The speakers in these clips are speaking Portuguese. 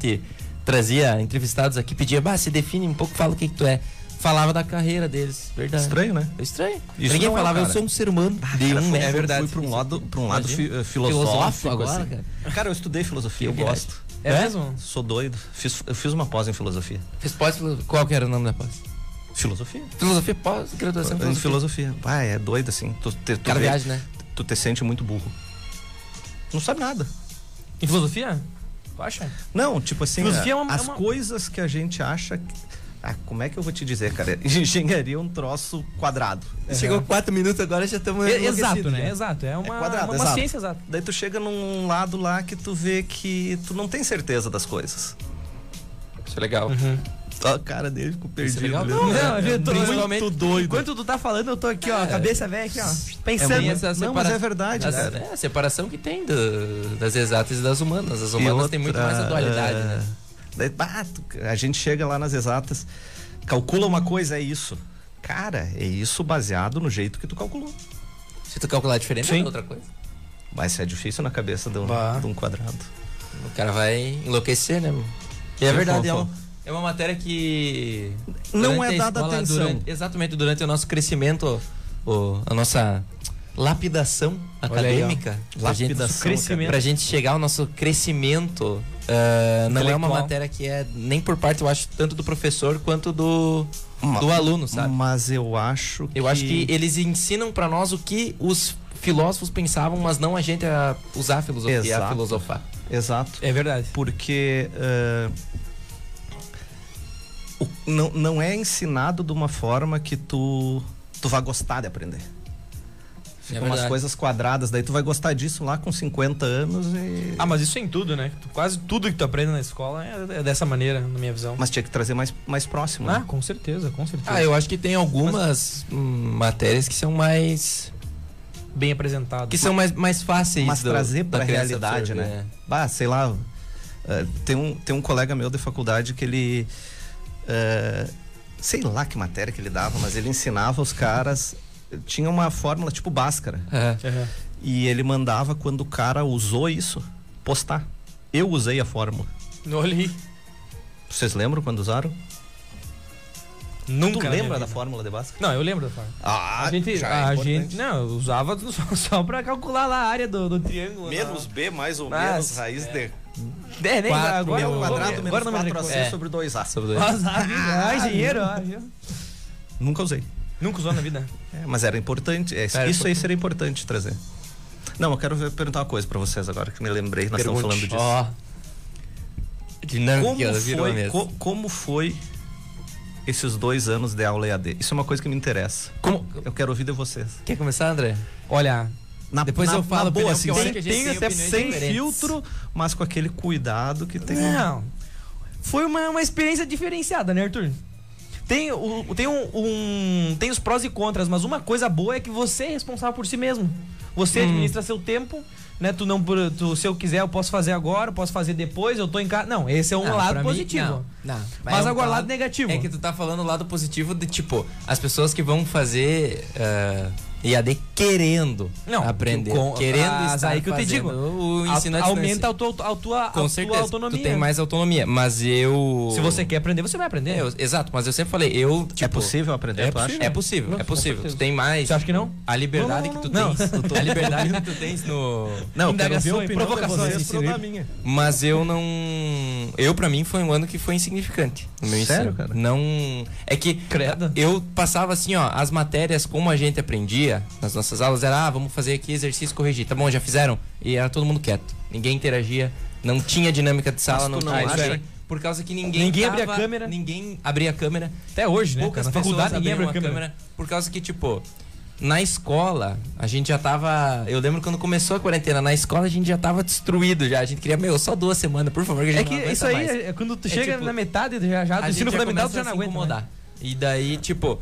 gente trazia entrevistados aqui, pedia, se define um pouco, fala o que tu é. Falava da carreira deles, verdade. Estranho, né? Estranho. Isso Ninguém não falava, é, eu sou um ser humano. É verdade. Fui pra um lado filosófico agora, assim. Cara, eu estudei filosofia, eu gosto. É mesmo? Sou doido. Eu fiz uma pós em filosofia. Fiz pós? Qual que era o nome da pós? Filosofia. Filosofia, pós-graduação em filosofia. É doido assim. Cara, viagem, né? Tu te sente muito burro. Não sabe nada. Em filosofia? Tu acha? Não, tipo assim, filosofia as coisas que a gente acha... como é que eu vou te dizer, cara? Engenharia é um troço quadrado. Chegou 4 minutos agora, já estamos... Exato, né? Exato. É uma ciência exata. Daí tu chega num lado lá que tu vê que tu não tem certeza das coisas. Isso é legal. A cara dele ficou perdido. Eu tô muito doido. Enquanto tu tá falando, eu tô aqui, ó, cabeça velha aqui, ó, pensando. Não, mas é verdade, cara. É a separação que tem das exatas e das humanas. As humanas têm muito mais a dualidade, né? Daí, a gente chega lá nas exatas, calcula uma coisa, é isso. Cara, é isso baseado no jeito que tu calculou. Se tu calcular diferente, é outra coisa. Mas é difícil na cabeça de um quadrado. O cara vai enlouquecer, né? E é verdade, é uma matéria que... Não é dada atenção. Exatamente, durante o nosso crescimento, a nossa lapidação acadêmica, pra gente chegar ao nosso crescimento, não é uma matéria que é nem por parte, eu acho, tanto do professor quanto do aluno, sabe? Mas eu acho que eles ensinam pra nós o que os filósofos pensavam, mas não a gente a usar a filosofia, a filosofar. Exato. É verdade. Porque não é ensinado de uma forma que tu vai gostar de aprender. Ficam umas coisas quadradas, daí tu vai gostar disso lá com 50 anos e... mas isso é em tudo, né? Quase tudo que tu aprende na escola é dessa maneira, na minha visão. Mas tinha que trazer mais próximo, né? Com certeza, com certeza. Eu acho que tem algumas matérias que são mais... bem apresentadas. Que são mais fáceis. Mas trazer pra realidade, né? Sei lá, tem um colega meu de faculdade que ele... sei lá que matéria que ele dava, mas ele ensinava os caras... Tinha uma fórmula tipo Bhaskara. E ele mandava, quando o cara usou isso, postar. Eu usei a fórmula. Olhei. Vocês lembram quando usaram? Nunca. Tu lembra da fórmula de Bhaskara? Não, eu lembro da fórmula. A gente não, usava só pra calcular lá a área do triângulo. Menos B mais ou menos raiz de... Agora o quadrado menos 4AC sobre 2A. Engenheiro. Nunca usei. Nunca usou na vida? Mas era importante. Isso aí seria importante trazer. Não, eu quero perguntar uma coisa pra vocês agora, que me lembrei, nós estamos falando disso. Como foi esses 2 anos de aula EAD? Isso é uma coisa que me interessa. Eu quero ouvir de vocês. Quer começar, André? Olha... Depois eu falo boa, assim, tem até sem filtro, mas com aquele cuidado que tem. Não. Foi uma experiência diferenciada, né, Arthur? Tem os prós e contras, mas uma coisa boa é que você é responsável por si mesmo. Você administra seu tempo, né? Se eu quiser, eu posso fazer agora, eu posso fazer depois, eu tô em casa. Não, esse é um lado positivo. Mas agora, lado negativo. É que tu tá falando o lado positivo de, tipo, as pessoas que vão fazer EAD querendo aprender. Querendo estar aí que eu te digo. O ensino aumenta a tua autonomia. Tu tem mais autonomia, mas se você quer aprender, você vai aprender. Exato, mas eu sempre falei, é possível aprender, tu acha? É possível. Tu tem mais... Você acha que não? A liberdade que tu tens. A liberdade que tu tens no... Não, eu quero ver a opinião provocações da minha. Mas eu não... Pra mim, foi um ano que foi insignificante no meu ensino. Sério, cara? Não... É que eu passava assim, as matérias, como a gente aprendia nas nossas aulas, era, vamos fazer aqui exercício, corrigir. Tá bom, já fizeram? E era todo mundo quieto. Ninguém interagia, não tinha dinâmica de sala, não tinha... Por causa que ninguém abria a câmera. Ninguém abria a câmera. Até hoje, né? Poucas pessoas abriam a câmera. Por causa que, tipo... Na escola, a gente já tava... Eu lembro quando começou a quarentena, na escola a gente já tava destruído já. A gente queria, só 2 semanas, por favor, que a gente não aguenta isso aí, mais. quando tu chega na metade do ensino fundamental, tu já não aguenta incomodar. E daí, tipo...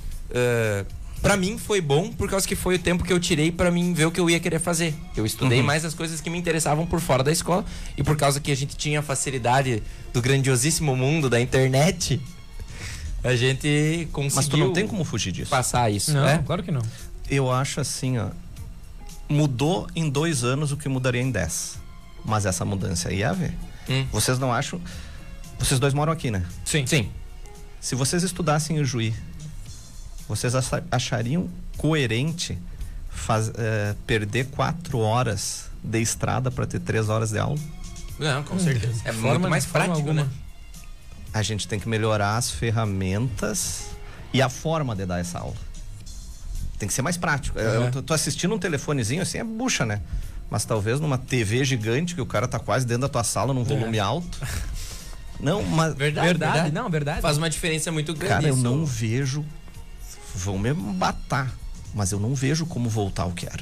pra mim foi bom, por causa que foi o tempo que eu tirei pra mim ver o que eu ia querer fazer. Eu estudei mais as coisas que me interessavam por fora da escola. E por causa que a gente tinha a facilidade do grandiosíssimo mundo da internet... A gente conseguiu... Mas tu não tem como fugir disso. Passar isso, não, né? Claro que não. Eu acho assim, mudou em 2 anos o que mudaria em 10. Mas essa mudança ia haver. Vocês não acham... Vocês dois moram aqui, né? Sim. Se vocês estudassem em Juí, vocês achariam coerente perder 4 horas de estrada para ter 3 horas de aula? Não, com certeza. É muito mais prático, né? A gente tem que melhorar as ferramentas e a forma de dar essa aula. Tem que ser mais prático. Eu tô assistindo um telefonezinho assim, é bucha, né? Mas talvez numa TV gigante que o cara tá quase dentro da tua sala num volume alto. Não, mas... Verdade. Não, verdade. Faz uma diferença muito grande. Cara, eu não vejo... Vão me matar. Mas eu não vejo como voltar ao que era.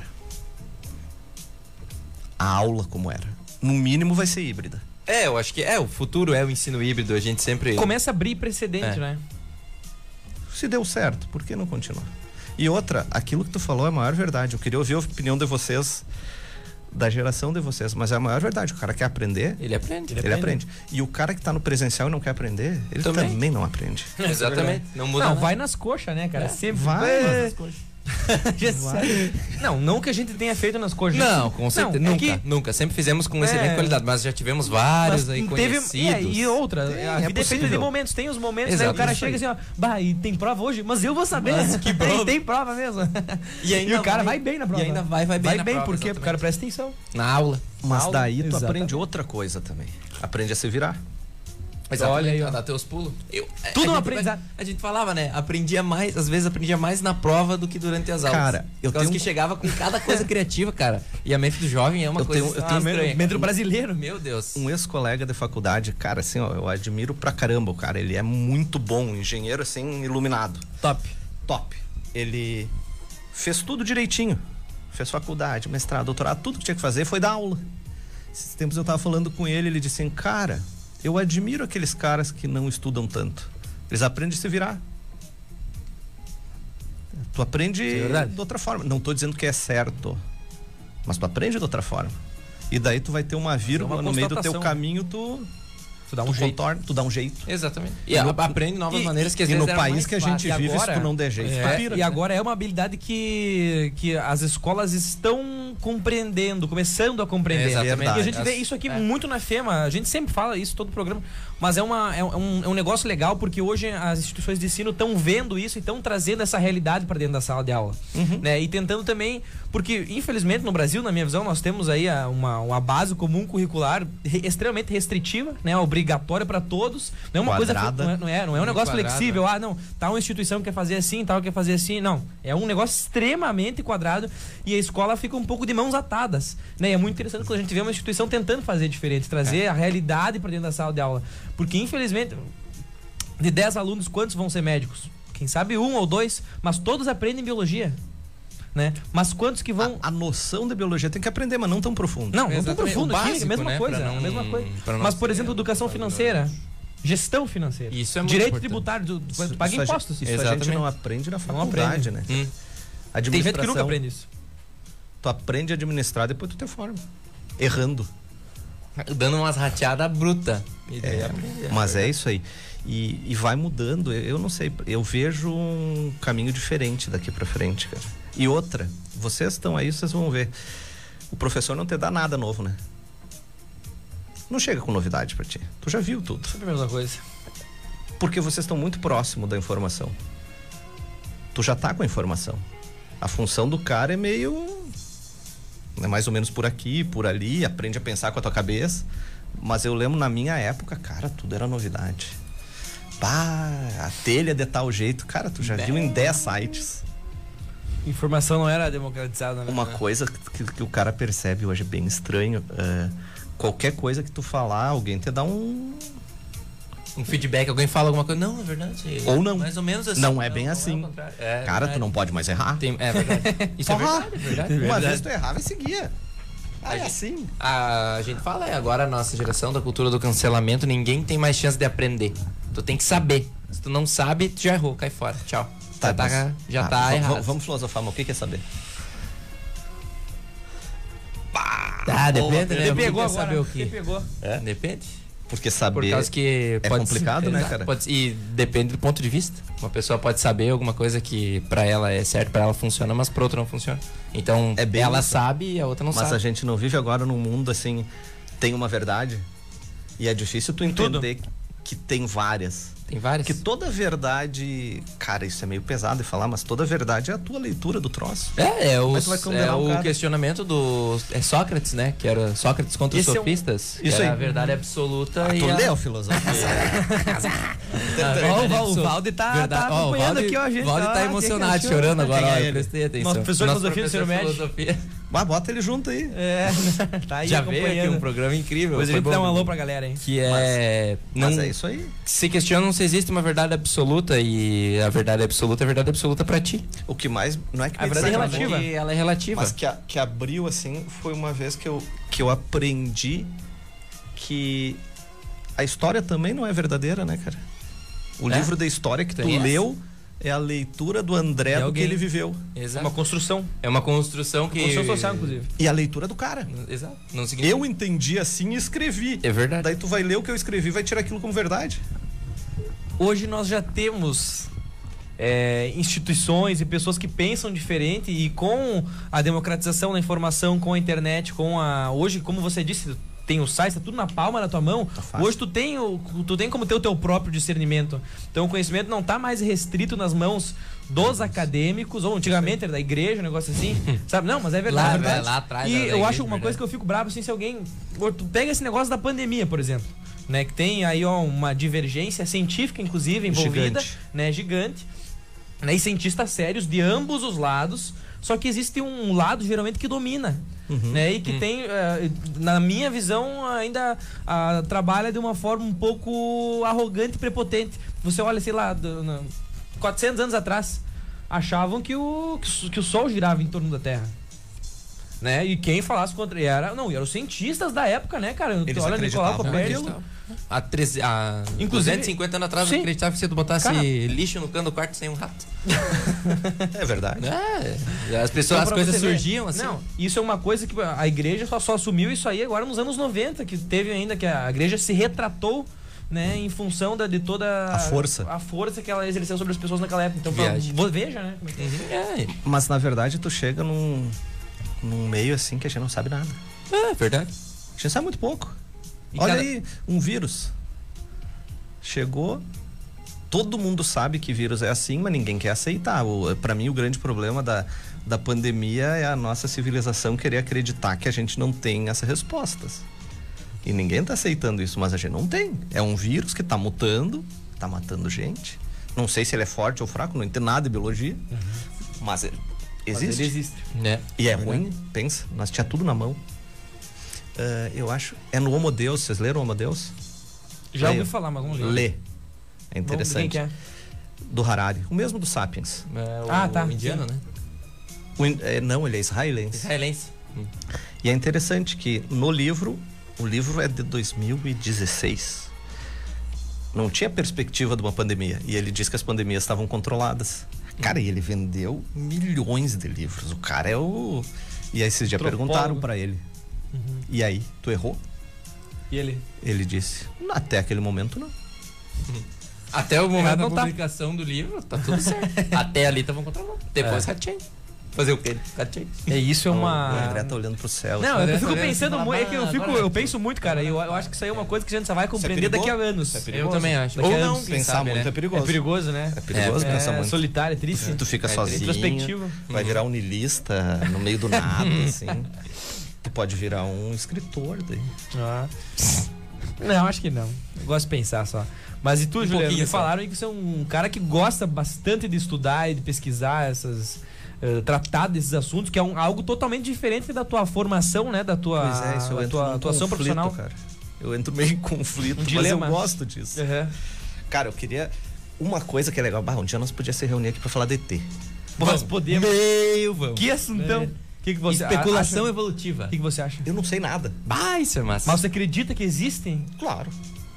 A aula como era. No mínimo vai ser híbrida. Eu acho que o futuro é o ensino híbrido. A gente sempre... Começa a abrir precedente, né? Se deu certo, por que não continuar? E outra, aquilo que tu falou é a maior verdade. Eu queria ouvir a opinião de vocês, da geração de vocês, mas é a maior verdade. O cara quer aprender, ele aprende. Ele aprende. E o cara que tá no presencial e não quer aprender, ele também não aprende. Exatamente. Não muda. Não, vai nas coxas, né, cara? Sempre vai nas coxas. Não que a gente tenha feito nas coxas. Não, com certeza. Nunca. Sempre fizemos com excelente qualidade, mas já tivemos vários aí conhecidos. E outra, a vida depende de momentos. Tem os momentos, né? O cara chega assim, e tem prova hoje? Mas eu vou saber. Que prova? Tem prova mesmo. E o cara vai bem na prova. E ainda vai bem na prova. Por quê? Porque o cara presta atenção. Na aula. Mas daí tu aprende outra coisa também. Aprende a se virar. Mas olha aí, dá teus pulos. Tudo um aprendizado. A gente falava, né? Às vezes aprendia mais na prova do que durante as aulas. Cara, eu tenho que chegava com cada coisa criativa, cara. E a mente do jovem é uma coisa estranha. Mente do brasileiro. Meu Deus. Um ex-colega de faculdade, cara, assim, ó, eu admiro pra caramba o cara. Ele é muito bom, engenheiro, assim, iluminado. Top. Ele fez tudo direitinho. Fez faculdade, mestrado, doutorado, tudo que tinha que fazer foi dar aula. Esses tempos eu tava falando com ele, ele disse assim, cara... Eu admiro aqueles caras que não estudam tanto. Eles aprendem a se virar. Tu aprende de outra forma. Não tô dizendo que é certo, mas tu aprende de outra forma. E daí tu vai ter uma vírgula no meio do teu caminho, tu dá um jeito. Tu dá um jeito. Exatamente. E aprende novas maneiras que às vezes no país que a gente vive, agora, se tu não der jeito, tu pira. E agora é uma habilidade que as escolas estão compreendendo, começando a compreender. Exatamente. E a gente vê isso aqui muito na FEMA, a gente sempre fala isso todo o programa, mas é um negócio legal porque hoje as instituições de ensino estão vendo isso e estão trazendo essa realidade para dentro da sala de aula. Né? E tentando também, porque infelizmente no Brasil, na minha visão, nós temos aí uma base comum curricular extremamente restritiva, né? Obrigatória para todos, não é uma quadrada. Coisa, não é um negócio flexível, tá uma instituição que quer fazer assim, tal quer fazer assim, não, é um negócio extremamente quadrado e a escola fica um pouco de mãos atadas, né? E é muito interessante quando a gente vê uma instituição tentando fazer diferente, trazer a realidade para dentro da sala de aula, porque infelizmente de 10 alunos, quantos vão ser médicos? Quem sabe 1 ou 2, mas todos aprendem biologia. Né? Mas quantos que vão... A noção da biologia tem que aprender, mas não tão profundo. Não tão profundo, básico, a mesma né? coisa. A mesma coisa. Mas, por exemplo, educação financeira, gestão financeira, isso é muito direito importante. tributário, tu paga impostos. Isso a gente não aprende na faculdade, né? Tem gente que nunca aprende isso. Tu aprende a administrar, depois tu te forma. Errando. Dando umas rateadas brutas. Mas é isso aí. E vai mudando, eu não sei, eu vejo um caminho diferente daqui pra frente, cara. E outra, vocês estão aí, vocês vão ver. O professor não te dá nada novo, né? Não chega com novidade pra ti. Tu já viu tudo. Sempre a mesma coisa. Porque vocês estão muito próximo da informação. Tu já tá com a informação. A função do cara é meio... É mais ou menos por aqui, por ali, aprende a pensar com a tua cabeça. Mas eu lembro na minha época, cara, tudo era novidade. A telha de tal jeito. Cara, tu já viu em 10 sites. Informação não era democratizada, né? Uma coisa que o cara percebe hoje bem estranho. Qualquer coisa que tu falar, alguém te dá um feedback, alguém fala alguma coisa. Não, é verdade. Ou não. Mais ou menos assim. Não é bem assim. Cara, tu não pode mais errar. É verdade. Isso é verdade. Uma vez tu errava e seguia. É assim. A gente fala, agora a nossa geração da cultura do cancelamento, ninguém tem mais chance de aprender. Tu tem que saber. Se tu não sabe, tu já errou, cai fora. Tchau. Já tá errado. Vamos filosofar, mas o que é saber? Depende, né? Você pegou agora. Saber o que? Você pegou. Depende. Porque saber Por causa que é complicado, né, cara? E depende do ponto de vista. Uma pessoa pode saber alguma coisa que pra ela é certo, pra ela funciona, mas pra outra não funciona. Então, ela sabe e a outra não sabe. Mas a gente não vive agora num mundo assim, tem uma verdade. E é difícil tu entender que tem várias. Tem várias. Que toda verdade... Cara, isso é meio pesado de falar, mas toda verdade é a tua leitura do troço. É o questionamento do... É Sócrates, né? Que era Sócrates contra os sofistas. Isso aí. A verdade absoluta Tu leu filosofia. O Valde tá acompanhando aqui, ó, a gente. O Valde tá emocionado, chorando agora, ó, eu prestei atenção. Nosso professor de filosofia do ensino médio. Mas bota ele junto aí. Tá aí já veio aqui um programa incrível. Depois a gente dá um alô pra galera, hein? Que é... Mas é isso aí. Se questionam se existe uma verdade absoluta e a verdade absoluta é a verdade absoluta pra ti. O que mais... Não é que a verdade é relativa. Ela é relativa. Mas que abriu, assim, foi uma vez que eu aprendi que a história também não é verdadeira, né, cara? O livro da história que tu leu é a leitura do André do que ele viveu. Exato. Uma construção. É uma construção que... Construção social, inclusive. E a leitura do cara. Exato. Não significa... Eu entendi assim e escrevi. É verdade. Daí tu vai ler o que eu escrevi e vai tirar aquilo como verdade. Hoje nós já temos instituições e pessoas que pensam diferente, e com a democratização da informação, com a internet, hoje, como você disse, tem o site, tá tudo na palma da tua mão. Tá hoje tu tem como ter o teu próprio discernimento. Então o conhecimento não tá mais restrito nas mãos dos acadêmicos, ou antigamente era da igreja, um negócio assim, sabe? Não, mas é verdade. Lá atrás. E eu acho uma coisa que eu fico bravo, assim, se alguém... Tu pega esse negócio da pandemia, por exemplo, né? Que tem aí, ó, uma divergência científica, inclusive, envolvida, né? Gigante. Né? E cientistas sérios de ambos os lados, só que existe um lado, geralmente, que domina. Né? E que tem, na minha visão, ainda trabalha de uma forma um pouco arrogante e prepotente. Você olha, sei lá, 400 anos atrás, achavam que o Sol girava em torno da Terra. Né? E quem falasse contra eram os cientistas da época, né, cara? Eles olha, Nicolau Copérnico. Inclusive, 250 anos atrás, eu acreditava que se tu botasse lixo no canto do quarto sem um rato. É verdade. As pessoas, as coisas surgiam assim. Não, isso é uma coisa que a igreja só assumiu isso aí agora nos anos 90, que teve ainda que a igreja se retratou, né, em função de toda a força que ela exerceu sobre as pessoas naquela época. Então, veja, né? Mas na verdade tu chega num meio assim que a gente não sabe nada. É verdade. A gente sabe muito pouco. Olha aí, um vírus. Chegou, todo mundo sabe que vírus é assim, mas ninguém quer aceitar. Pra mim, o grande problema da pandemia é a nossa civilização querer acreditar que a gente não tem essas respostas. E ninguém tá aceitando isso, mas a gente não tem. É um vírus que tá mutando, tá matando gente. Não sei se ele é forte ou fraco, não entendo nada de biologia. Mas ele existe. Né? E é ruim, pensa, nós tinha tudo na mão. Eu acho. É no Homo Deus. Vocês leram Homo Deus? Já ouvi falar, mas vamos ler. Lê. É interessante. Quem que é? Do Harari. O mesmo do Sapiens. Tá. O indiano, né? Não, ele é israelense. E é interessante que no livro, o livro é de 2016. Não tinha perspectiva de uma pandemia. E ele diz que as pandemias estavam controladas. Cara, e ele vendeu milhões de livros. O cara é o... E aí esses dias perguntaram pra ele. E aí, tu errou? E ele? Ele disse, até aquele momento não. Até o momento da publicação do livro, tá tudo certo. Até ali estavam controlando. Depois ratchei. Fazer o quê? Ratchei. Isso é uma... O André tá olhando pro céu. Não, eu fico pensando muito, eu penso muito, cara. Eu acho que isso aí é uma coisa que a gente só vai compreender daqui a anos. Eu também acho. Ou não, pensar muito é perigoso. É perigoso, né? É perigoso pensar muito. Solitário, é triste. Tu fica sozinho. Introspectivo. Vai virar um niilista no meio do nada, assim. Tu pode virar um escritor daí. Não, acho que não. Eu gosto de pensar só. Mas e tu, Juliano? Me falaram aí que você é um cara que gosta bastante de estudar e de pesquisar tratar desses assuntos, que é algo totalmente diferente da tua formação, né? Da tua, atuação profissional. Cara. Eu entro meio em conflito, mas dilema. Eu gosto disso. Cara, eu queria... Uma coisa que é legal. Um dia nós podíamos se reunir aqui pra falar de ET. Nós podemos. Vamos. Que assuntão. Que você Especulação acha? evolutiva. O que você acha? Eu não sei nada. Isso é massa. Mas você acredita que existem? Claro.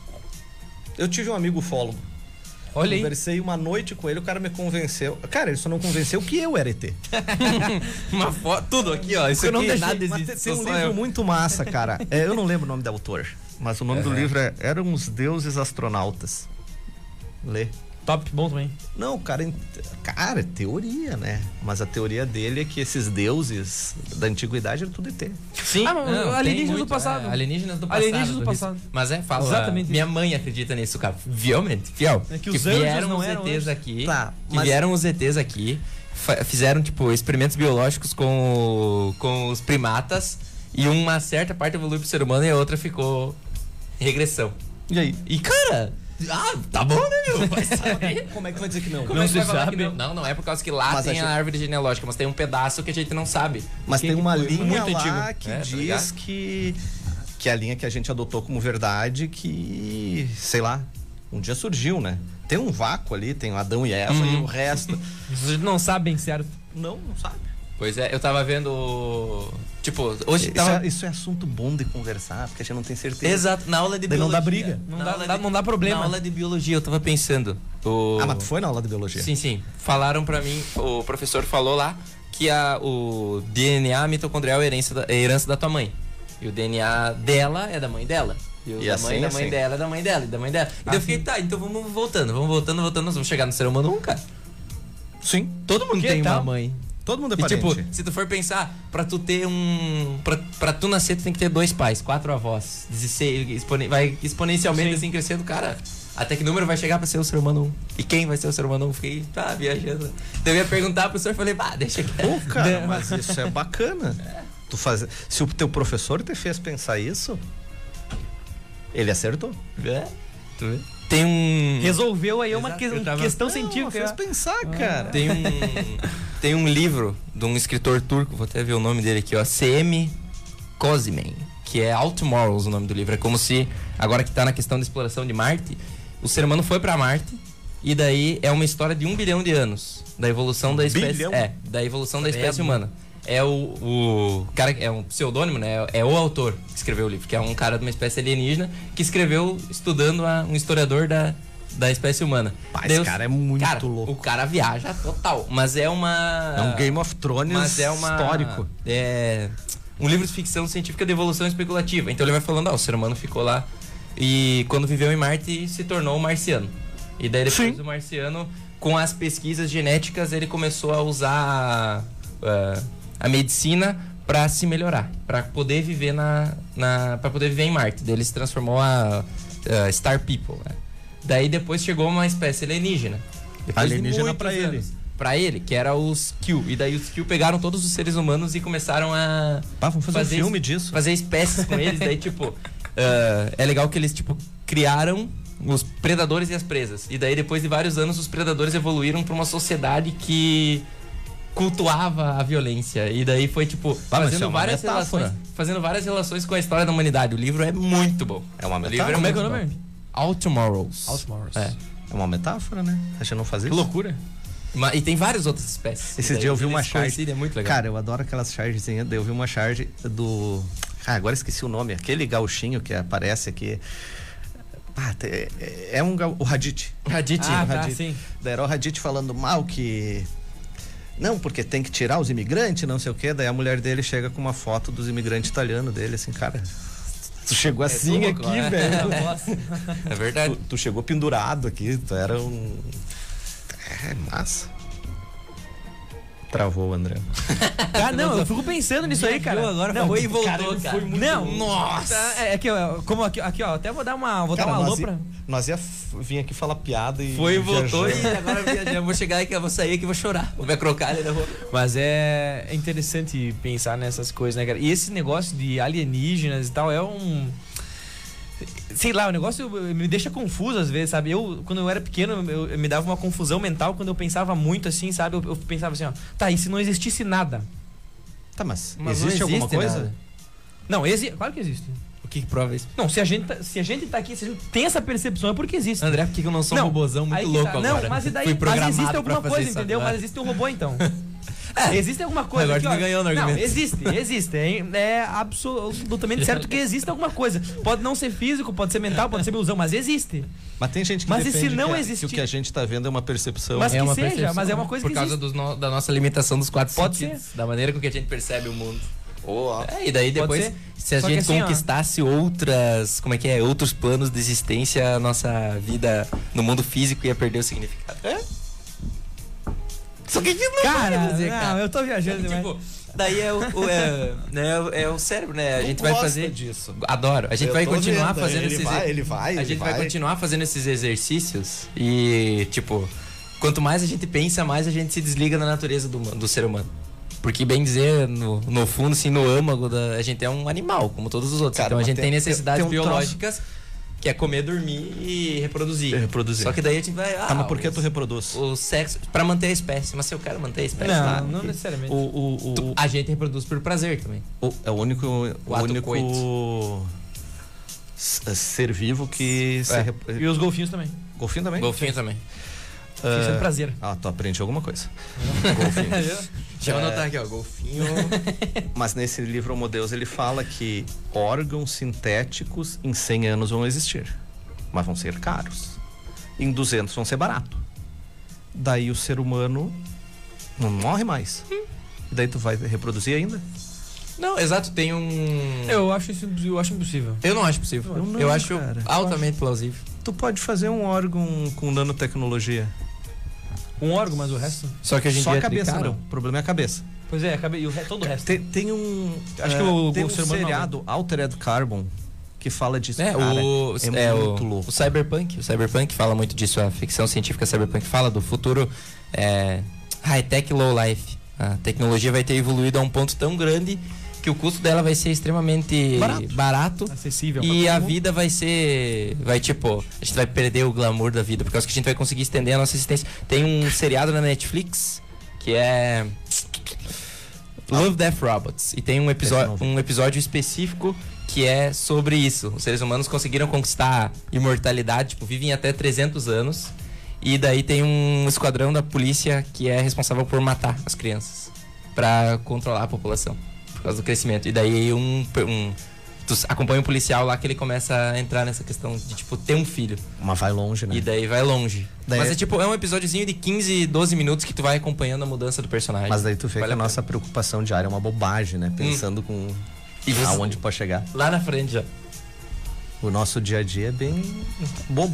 Eu tive um amigo ufólogo. Olha aí. Conversei uma noite com ele, o cara me convenceu. Cara, ele só não convenceu que eu era ET. Uma foto, tudo aqui, ó. Isso eu não deixei, nada existe. Tem um livro muito massa, cara. Eu não lembro o nome do autor, mas o nome do livro é Eram os Deuses Astronautas. Lê. Top, bom também. Não, o cara, é teoria, né? Mas a teoria dele é que esses deuses da antiguidade eram tudo ET. Sim, alienígenas do passado. Alienígenas do passado. Alienígenas do passado. Mas fala. Exatamente. Minha mãe acredita nisso, cara. Fiel. É que os anjos vieram não os eram ETs anjos. aqui. Tá, Que mas- vieram os ETs aqui. Fizeram, tipo, experimentos biológicos com os primatas. E uma certa parte evoluiu pro ser humano e a outra ficou regressão. E aí? E, cara. Tá bom, né, meu? Vai saber. Como é que vai dizer que não? Como é que se vai falar sabe. que não? Não é por causa que lá Mas tem a a gente- árvore genealógica, mas tem um pedaço que a gente não sabe. Mas tem uma linha muito lá antigo. que Tá diz ligado? que é a linha que a gente adotou como verdade, que, sei lá, um dia surgiu, né? Tem um vácuo ali, tem o Adão e Eva e o resto. Vocês não sabem, certo? Não sabe. Pois é, eu tava vendo. Tipo, hoje tava. Isso é assunto bom de conversar, porque a gente não tem certeza. Exato, na aula de Daí não biologia. dá briga. Não dá problema. Na aula de biologia, eu tava pensando. Ah, mas tu foi na aula de biologia? Sim. Falaram pra mim, o professor falou lá que o DNA mitocondrial é herança da tua mãe. E o DNA dela é da mãe dela. E o E da assim, mãe assim. dela é da mãe dela e da mãe dela. E daí eu fiquei, tá, então vamos voltando. Nós vamos chegar no ser humano 1, cara. Sim. Todo mundo Que tem tal? uma mãe. Todo mundo é E parente. tipo, se tu for pensar, pra tu ter pra tu nascer, tu tem que ter 2 pais, 4 avós. Vai exponencialmente Sim. assim crescendo, cara. Até que número vai chegar pra ser o ser humano 1? E quem vai ser o ser humano 1? Fiquei, viajando. Então eu ia perguntar pro professor, falei, deixa aqui. Pô, cara, mas isso é bacana. Tu se o teu professor te fez pensar isso, ele acertou. Tu vê? Tem um... Resolveu aí uma Exato, eu tava- questão Não, científica. fez pensar, cara. Tem um livro de um escritor turco, vou até ver o nome dele aqui, ó. C.M. Kozimen, que é All Tomorrows o nome do livro. É como se, agora que tá na questão da exploração de Marte, o ser humano foi pra Marte e daí é uma história de 1 bilhão de anos da evolução da espécie. Bilhão? Da evolução da espécie humana. É o cara, é um pseudônimo, né? É o autor que escreveu o livro, que é um cara de uma espécie alienígena que escreveu estudando um historiador da espécie humana. Esse cara é muito louco. O cara viaja total, mas é uma... É um Game of Thrones histórico. É um livro de ficção científica de evolução especulativa. Então ele vai falando, o ser humano ficou lá e quando viveu em Marte se tornou um marciano. E daí depois do marciano, com as pesquisas genéticas, ele começou a usar a medicina para se melhorar, para poder viver para poder viver em Marte. Daí ele se transformou a Star People, né? Daí depois chegou uma espécie alienígena. Alienígena pra ele. Pra ele, que era os Q. E daí os Q pegaram todos os seres humanos e começaram a... Vamos fazer um filme disso. Fazer espécies com eles. Daí, tipo... é legal que eles, tipo, criaram os predadores e as presas. E daí, depois de vários anos, os predadores evoluíram pra uma sociedade que cultuava a violência. E daí foi, tipo, fazendo várias relações com a história da humanidade. O livro é muito bom. É uma O livro metáfora. Como é que é o muito nome? bom. All Tomorrows. All Tomorrows. É. É uma metáfora, né? A gente não faz isso. Que loucura. E tem várias outras espécies. Esse dia eu vi uma charge. É muito legal. Cara, eu adoro aquelas chargezinhas. Eu vi uma charge do... Ah, agora esqueci o nome. Aquele gauchinho que aparece aqui. É o Hadid. Hadid. Sim. Daí era o Hadid falando mal que... Não, porque tem que tirar os imigrantes, não sei o quê. Daí a mulher dele chega com uma foto dos imigrantes italianos dele, assim, cara... Tu chegou assim louco, aqui, né? velho. É verdade. Tu chegou pendurado aqui. Tu era um... É massa. Travou o André. Ah, não, eu fico pensando nisso aí, cara. Agora não, foi e voltou, cara. Foi muito não, nossa. É que, como aqui, ó, até vou dar uma alô pra... Nós ia vir aqui falar piada e... Foi e voltou viajando. e agora viajamos. Vou chegar aqui, eu vou sair aqui e vou chorar. Vou ver a crocalha da rua. Mas é interessante pensar nessas coisas, né, cara? E esse negócio de alienígenas e tal é um... Sei lá, o negócio me deixa confuso às vezes, sabe? Quando eu era pequeno, eu me dava uma confusão mental quando eu pensava muito assim, sabe? Eu pensava assim, ó, tá, e se não existisse nada? Tá, mas Mas existe não alguma existe coisa? nada. Não, claro que existe. O que prova isso? Não, se a gente tá aqui, se a gente tem essa percepção, é porque existe. André, por que eu não sou um robôzão muito aí que louco tá. agora? Não, mas e daí? Fui Mas programado existe pra alguma fazer coisa, isso entendeu? agora. Mas existe um robô, então. Existe alguma coisa. Agora aqui, tu me ganhou no argumento. Não, existe. É absolutamente certo que existe alguma coisa. Pode não ser físico, pode ser mental, pode ser ilusão, mas existe. Mas tem gente que Mas e defende se não que, existir? que o que a gente tá vendo é uma percepção. Mas É que uma seja, percepção, mas é uma coisa por que causa existe. da nossa limitação dos 4 Pode sentidos. Da maneira com que a gente percebe o mundo. E daí depois, se a gente assim, conquistasse outras, outros planos de existência, a nossa vida no mundo físico ia perder o significado. Só que não cara, vai dizer, cara. Não, eu tô viajando demais. Tipo, daí é o cérebro, né? A gente vai fazer disso. Adoro. A gente vai continuar fazendo esses A gente vai continuar fazendo esses exercícios e, tipo, quanto mais a gente pensa, mais a gente se desliga da natureza do ser humano. Porque, bem dizer, no fundo, assim, no âmago, a gente é um animal, como todos os outros. Cara, então a gente tem necessidades biológicas, que é comer, dormir e reproduzir. Só que daí a gente vai... mas por que tu reproduz? O sexo, pra manter a espécie. Mas se eu quero manter a espécie... Não necessariamente. A gente reproduz por prazer também. É o único ser vivo que... E os golfinhos também. Golfinho também? Golfinho também. Isso é prazer. Tu aprende alguma coisa. Golfinho. Deixa eu anotar aqui, golfinho. Mas nesse livro Homo Deus ele fala que órgãos sintéticos em 100 anos vão existir, mas vão ser caros. Em 200 vão ser barato. Daí o ser humano não morre mais. Daí tu vai reproduzir ainda? Não, exato, tem um... Eu acho impossível. Eu não acho possível. Eu acho altamente plausível. Tu pode fazer um órgão com nanotecnologia. Um órgão, mas o resto? Só que a gente só a cabeça, não. O problema é a cabeça. Pois é, e todo o resto. Tem um... Acho que tem um seriado, Altered Carbon, que fala disso. Muito louco. O Cyberpunk fala muito disso. A ficção científica Cyberpunk fala do futuro high-tech, low-life. A tecnologia vai ter evoluído a um ponto tão grande que o custo dela vai ser extremamente barato acessível, e a vida vai ser, a gente vai perder o glamour da vida, por causa que a gente vai conseguir estender a nossa existência. Tem um seriado na Netflix que é Love, Death, Robots, e tem um episódio específico que é sobre isso. Os seres humanos conseguiram conquistar imortalidade, vivem até 300 anos, e daí tem um esquadrão da polícia que é responsável por matar as crianças para controlar a população por causa do crescimento. E daí tu acompanha um policial lá que ele começa a entrar nessa questão de, ter um filho. Mas vai longe, né? E daí vai longe. Mas é um episódiozinho de 15, 12 minutos que tu vai acompanhando a mudança do personagem. Mas daí tu vê que a nossa preocupação diária é uma bobagem, né? Pensando com aonde pode chegar. Lá na frente já. O nosso dia a dia é bem bobo.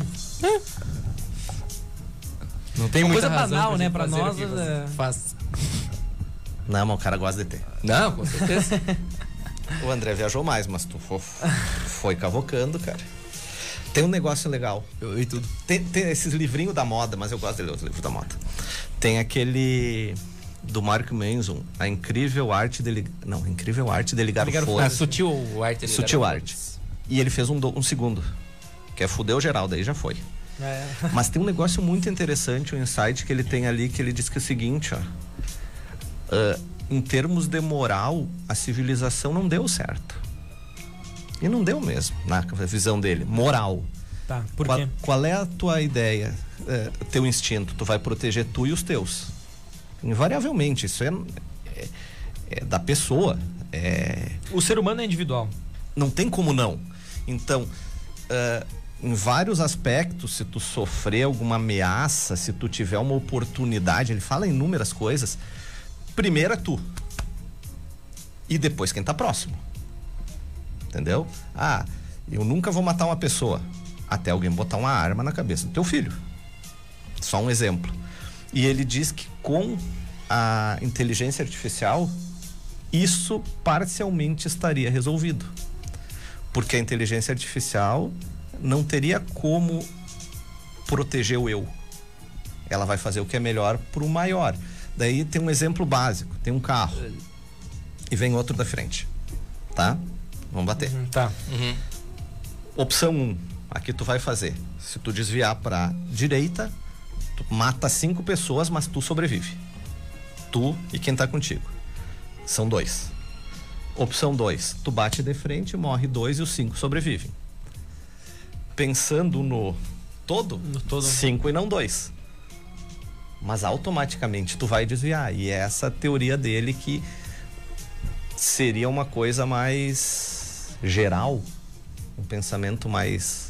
Não tem muita coisa banal, né? Pra nós faz. Não, mas o cara gosta de ter. Não, com certeza. O André viajou mais, mas tu foi cavocando, cara. Tem um negócio legal. E tudo. Tem esses livrinhos da moda, mas eu gosto de ler os livros da moda. Tem aquele do Mark Manson, A Incrível Arte de Ligar o Foda. Sutil Arte. Sutil Arte. E ele fez um segundo, que é Fudeu Geral, daí já foi. Mas tem um negócio muito interessante, um insight que ele tem ali, que ele diz que é o seguinte, em termos de moral, a civilização não deu certo. E não deu mesmo, na visão dele. Moral. Tá, por quê? Qual é a tua ideia, teu instinto? Tu vai proteger tu e os teus. Invariavelmente, isso é da pessoa. O ser humano é individual. Não tem como não. Então, em vários aspectos, se tu sofrer alguma ameaça, se tu tiver uma oportunidade, ele fala inúmeras coisas. Primeiro é tu. E depois quem tá próximo. Entendeu? Eu nunca vou matar uma pessoa até alguém botar uma arma na cabeça do teu filho. Só um exemplo. E ele diz que com a inteligência artificial, isso parcialmente estaria resolvido. Porque a inteligência artificial não teria como proteger o eu. Ela vai fazer o que é melhor pro maior. Daí tem um exemplo básico, tem um carro e vem outro da frente, tá? Vamos bater. Tá. Opção 1, aqui tu vai fazer. Se tu desviar pra direita, tu mata 5 pessoas, mas tu sobrevive. Tu e quem tá contigo. São 2. Opção 2, tu bate de frente, morre 2 e os 5 sobrevivem. Pensando no todo, 5 e não 2. Mas automaticamente tu vai desviar. E é essa teoria dele que seria uma coisa mais geral, um pensamento mais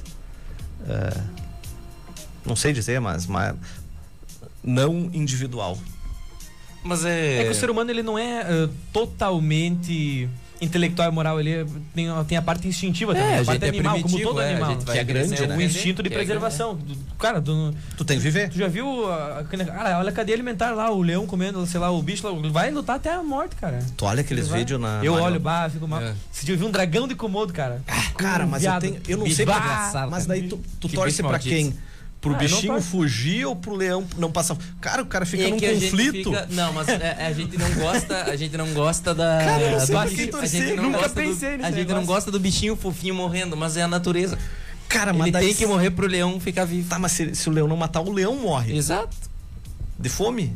não sei dizer, mas não individual. Mas é que o ser humano ele não é totalmente intelectual e moral, ele tem a parte instintiva também, a parte animal, como todo animal. Que é grande, né? O instinto de preservação. Cara, tu tem que viver. Tu já viu, cara, olha a cadeia alimentar lá, o leão comendo, sei lá, o bicho lá, vai lutar até a morte, cara. Tu olha aqueles vídeos na... Eu olho, fico mal. Esse dia eu vi um dragão de Komodo, cara. Cara, mas eu não sei pra... Mas daí tu torce pra quem? Pro bichinho fugir ou pro leão não passar? Cara, o cara fica num conflito. Não, mas a gente não gosta da... Cara, eu não sei pra quem torcer. Nunca pensei nisso. A gente não gosta do bichinho fofinho morrendo, mas é a natureza. Cara, mas daí... tem que morrer pro leão ficar vivo. Tá, mas se o leão não matar, o leão morre. Exato. De fome?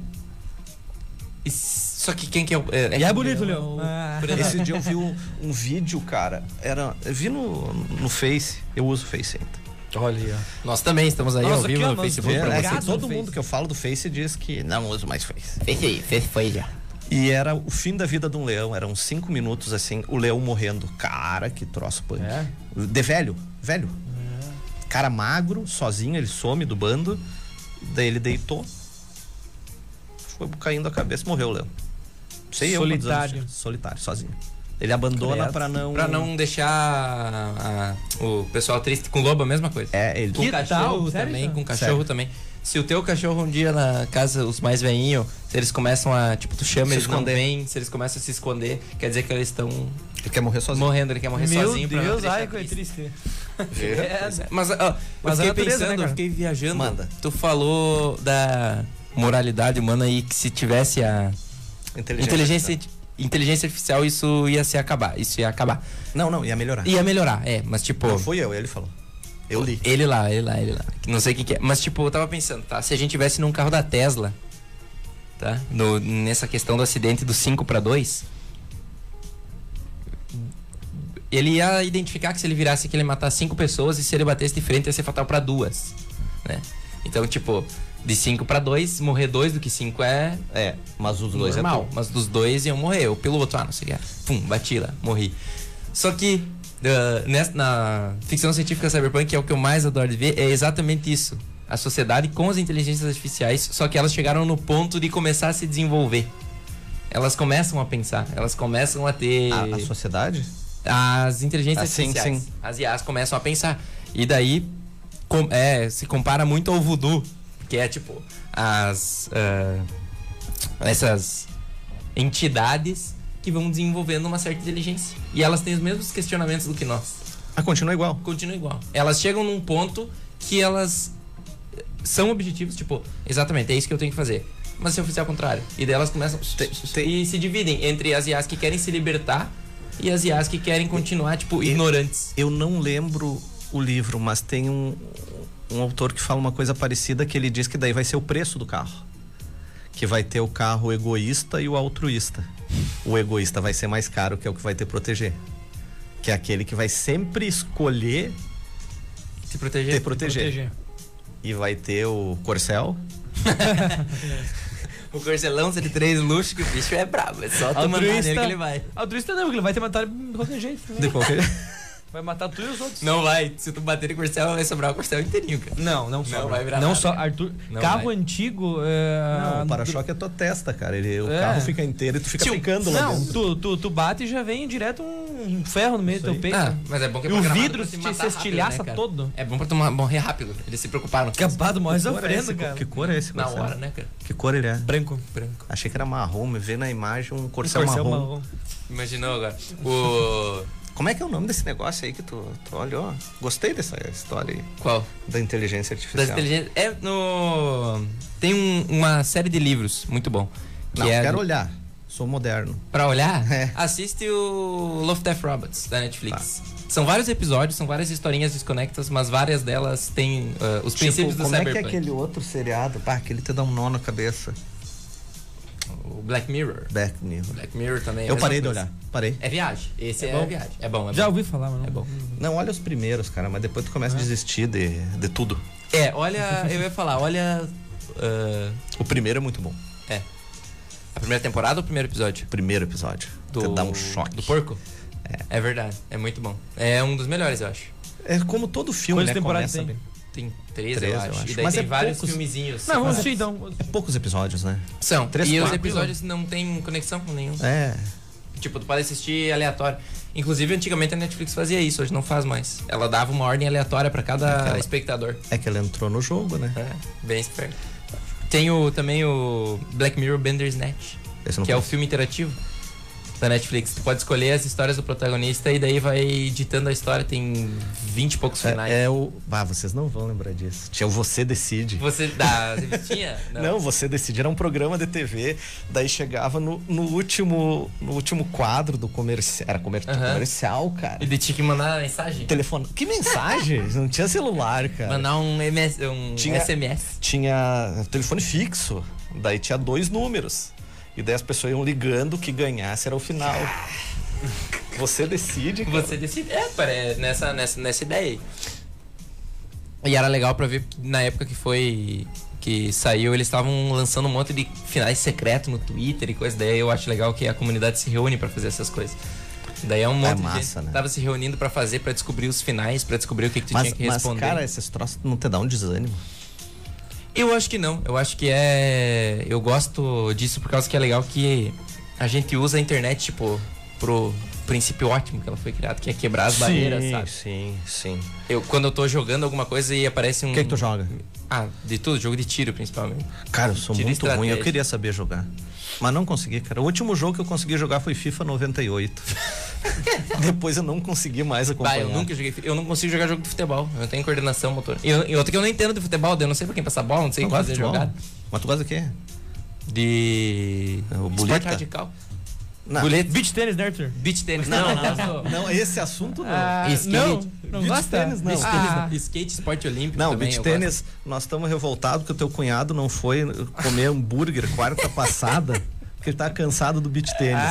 Só que quem que é o... E é bonito o leão. Esse dia eu vi um vídeo, cara. Eu vi no Face. Eu uso o Face ainda. Olha aí, ó. Nós também estamos aí ao vivo no Facebook. Todo mundo que eu falo do Face diz que não uso mais Face. Face foi já. E era o fim da vida de um leão. Eram 5 minutos assim, o leão morrendo. Cara, que troço punk. De velho. Cara magro, sozinho, ele some do bando. Daí ele deitou. Foi caindo a cabeça, morreu o leão. Sei eu. Solitário, sozinho. Ele abandona pra não deixar o pessoal triste. Com lobo a mesma coisa. Ele com cachorro também, com cachorro também. Se o teu cachorro um dia na casa, os mais velhinhos, se eles começam a, tipo, tu chama, eles não vêm, se eles começam a se esconder, quer dizer que eles estão... Ele quer morrer sozinho. Ele quer morrer sozinho. Meu Deus, ai, que triste. Mas eu fiquei pensando, eu fiquei viajando. Manda. Tu falou da moralidade humana e que se tivesse a inteligência artificial, isso ia acabar. Não, ia melhorar. Ia melhorar, mas tipo... Não fui eu, ele falou. Eu li. Ele lá. Não sei o que é. Mas tipo, eu tava pensando, tá? Se a gente tivesse num carro da Tesla, tá? Nessa questão do acidente do 5-2, ele ia identificar que se ele virasse que ele ia matar 5 pessoas e se ele batesse de frente ia ser fatal pra 2, né? Então, tipo... De 5-2, morrer 2 do que 5 mas os dois normal. Mas dos 2 iam morrer. O piloto, não sei o que. Pum, bati lá, morri. Só que na ficção científica cyberpunk, que é o que eu mais adoro de ver, é exatamente isso. A sociedade com as inteligências artificiais, só que elas chegaram no ponto de começar a se desenvolver. Elas começam a pensar, elas começam a ter... A sociedade? As inteligências artificiais. Sim. As IAs começam a pensar. E daí se compara muito ao voodoo, que é tipo essas entidades que vão desenvolvendo uma certa inteligência. E elas têm os mesmos questionamentos do que nós. Continua igual. Continua igual. Elas chegam num ponto que elas são objetivos, tipo, exatamente, é isso que eu tenho que fazer. Mas se eu fizer ao contrário? E daí elas começam e se dividem entre as IAs que querem se libertar e as IAs que querem continuar, tipo, ignorantes. Eu não lembro o livro, mas tem um autor que fala uma coisa parecida, que ele diz que daí vai ser o preço do carro. Que vai ter o carro egoísta e o altruísta. O egoísta vai ser mais caro, que é o que vai te proteger. Que é aquele que vai sempre escolher te proteger. E vai ter o Corcel. O Corcelão 103 luxo, que o bicho é brabo. É só tu mandar nele que ele vai. Altruísta não, porque ele vai te matar de qualquer jeito. Né? De qualquer Vai matar tu e os outros. Não vai. Se tu bater em Corcel, vai sobrar o Corcel inteirinho, cara. Não vai virar não nada, só, cara. Arthur. Não carro vai. Antigo. Não, o para-choque é tua testa, cara. O carro fica inteiro e tu fica picando lá dentro. Tu bate e já vem direto um ferro no meio do teu peito. Mas é bom que e o vidro se estilhaça todo. É bom pra tu morrer rápido. Eles se preocuparam. Acabado, morre sofrendo, cara. Que cor é esse Na Corcel? hora, né, cara? Que cor ele é? Branco. Achei que era marrom, me vê na imagem um Corcel marrom. Imaginou agora. Como é que é o nome desse negócio aí que tu olhou? Gostei dessa história aí. Qual? Da inteligência artificial. Tem uma série de livros muito bom. Quero olhar. Sou moderno. Pra olhar? Assiste o Love, Death, Robots da Netflix. São vários episódios, são várias historinhas desconectas, mas várias delas têm os princípios do Cyberpunk. Como é que é aquele outro seriado? Aquele te dá um nó na cabeça. O Black Mirror. Black Mirror também. Eu parei de olhar. Parei. É viagem. Esse é viagem. É bom. Já ouvi falar, mas não. É bom. Não, olha os primeiros, cara, mas depois tu começa a desistir de tudo. Olha, eu ia falar, olha... O primeiro é muito bom. A primeira temporada ou o primeiro episódio? Primeiro episódio. Te dá um choque. Do porco? É verdade. É muito bom. É um dos melhores, eu acho. É como todo filme, né? Começa bem. Tem 13, eu acho. E daí mas tem vários filmezinhos. Não, vamos assistir então. É poucos episódios, né? São. 3, e 4, os episódios não tem conexão com nenhum. Tipo, tu pode assistir aleatório. Inclusive, antigamente a Netflix fazia isso, hoje não faz mais. Ela dava uma ordem aleatória pra cada espectador. É que ela entrou no jogo, né? Bem esperto. Tem também o Black Mirror Bandersnatch, que é o filme interativo da Netflix. Tu pode escolher as histórias do protagonista e daí vai editando a história. Tem 20 e poucos finais. Vocês não vão lembrar disso. Tinha o Você Decide. Você tinha? Não, Você Decide era um programa de TV. Daí chegava no último quadro do comercial. Era comercial, cara. E daí tinha que mandar mensagem? Telefone. Que mensagem? Não tinha celular, cara. Mandar um SMS. Tinha telefone fixo. Daí tinha 2 números. E daí as pessoas iam ligando, o que ganhasse era o final. Você decide, cara. Você decide. Nessa ideia aí. E era legal pra ver que na época que saiu, eles estavam lançando um monte de finais secretos no Twitter e coisa. Daí eu acho legal que a comunidade se reúne pra fazer essas coisas. Daí é um monte de gente que tava se reunindo pra fazer, pra descobrir os finais, pra descobrir o que tu tinha que responder. Mas, cara, esses troços não te dá um desânimo? Eu acho que não. Eu acho que eu gosto disso por causa que é legal que a gente usa a internet, tipo, pro princípio ótimo que ela foi criada, que é quebrar as barreiras, sabe? Sim. Quando eu tô jogando alguma coisa e aparece um... O que tu joga? De tudo. Jogo de tiro, principalmente. Cara, eu sou muito ruim. Eu queria saber jogar. Mas não consegui, cara. O último jogo que eu consegui jogar foi FIFA 98. Depois eu não consegui mais acompanhar. Eu não consigo jogar jogo de futebol. Eu tenho coordenação motor. E outra que eu não entendo de futebol, eu não sei pra quem passar bola, não sei o que fazer jogada. Mas tu gosta do quê? De... Esporte radical. Beach tênis, né, Arthur? Beach tênis. Não, esse assunto não. Não beach gosta? Tênis, não. Skate, esporte olímpico. Não, também, beach tênis, nós estamos revoltados que o teu cunhado não foi comer hambúrguer quarta passada. Porque ele tá cansado do beach tênis.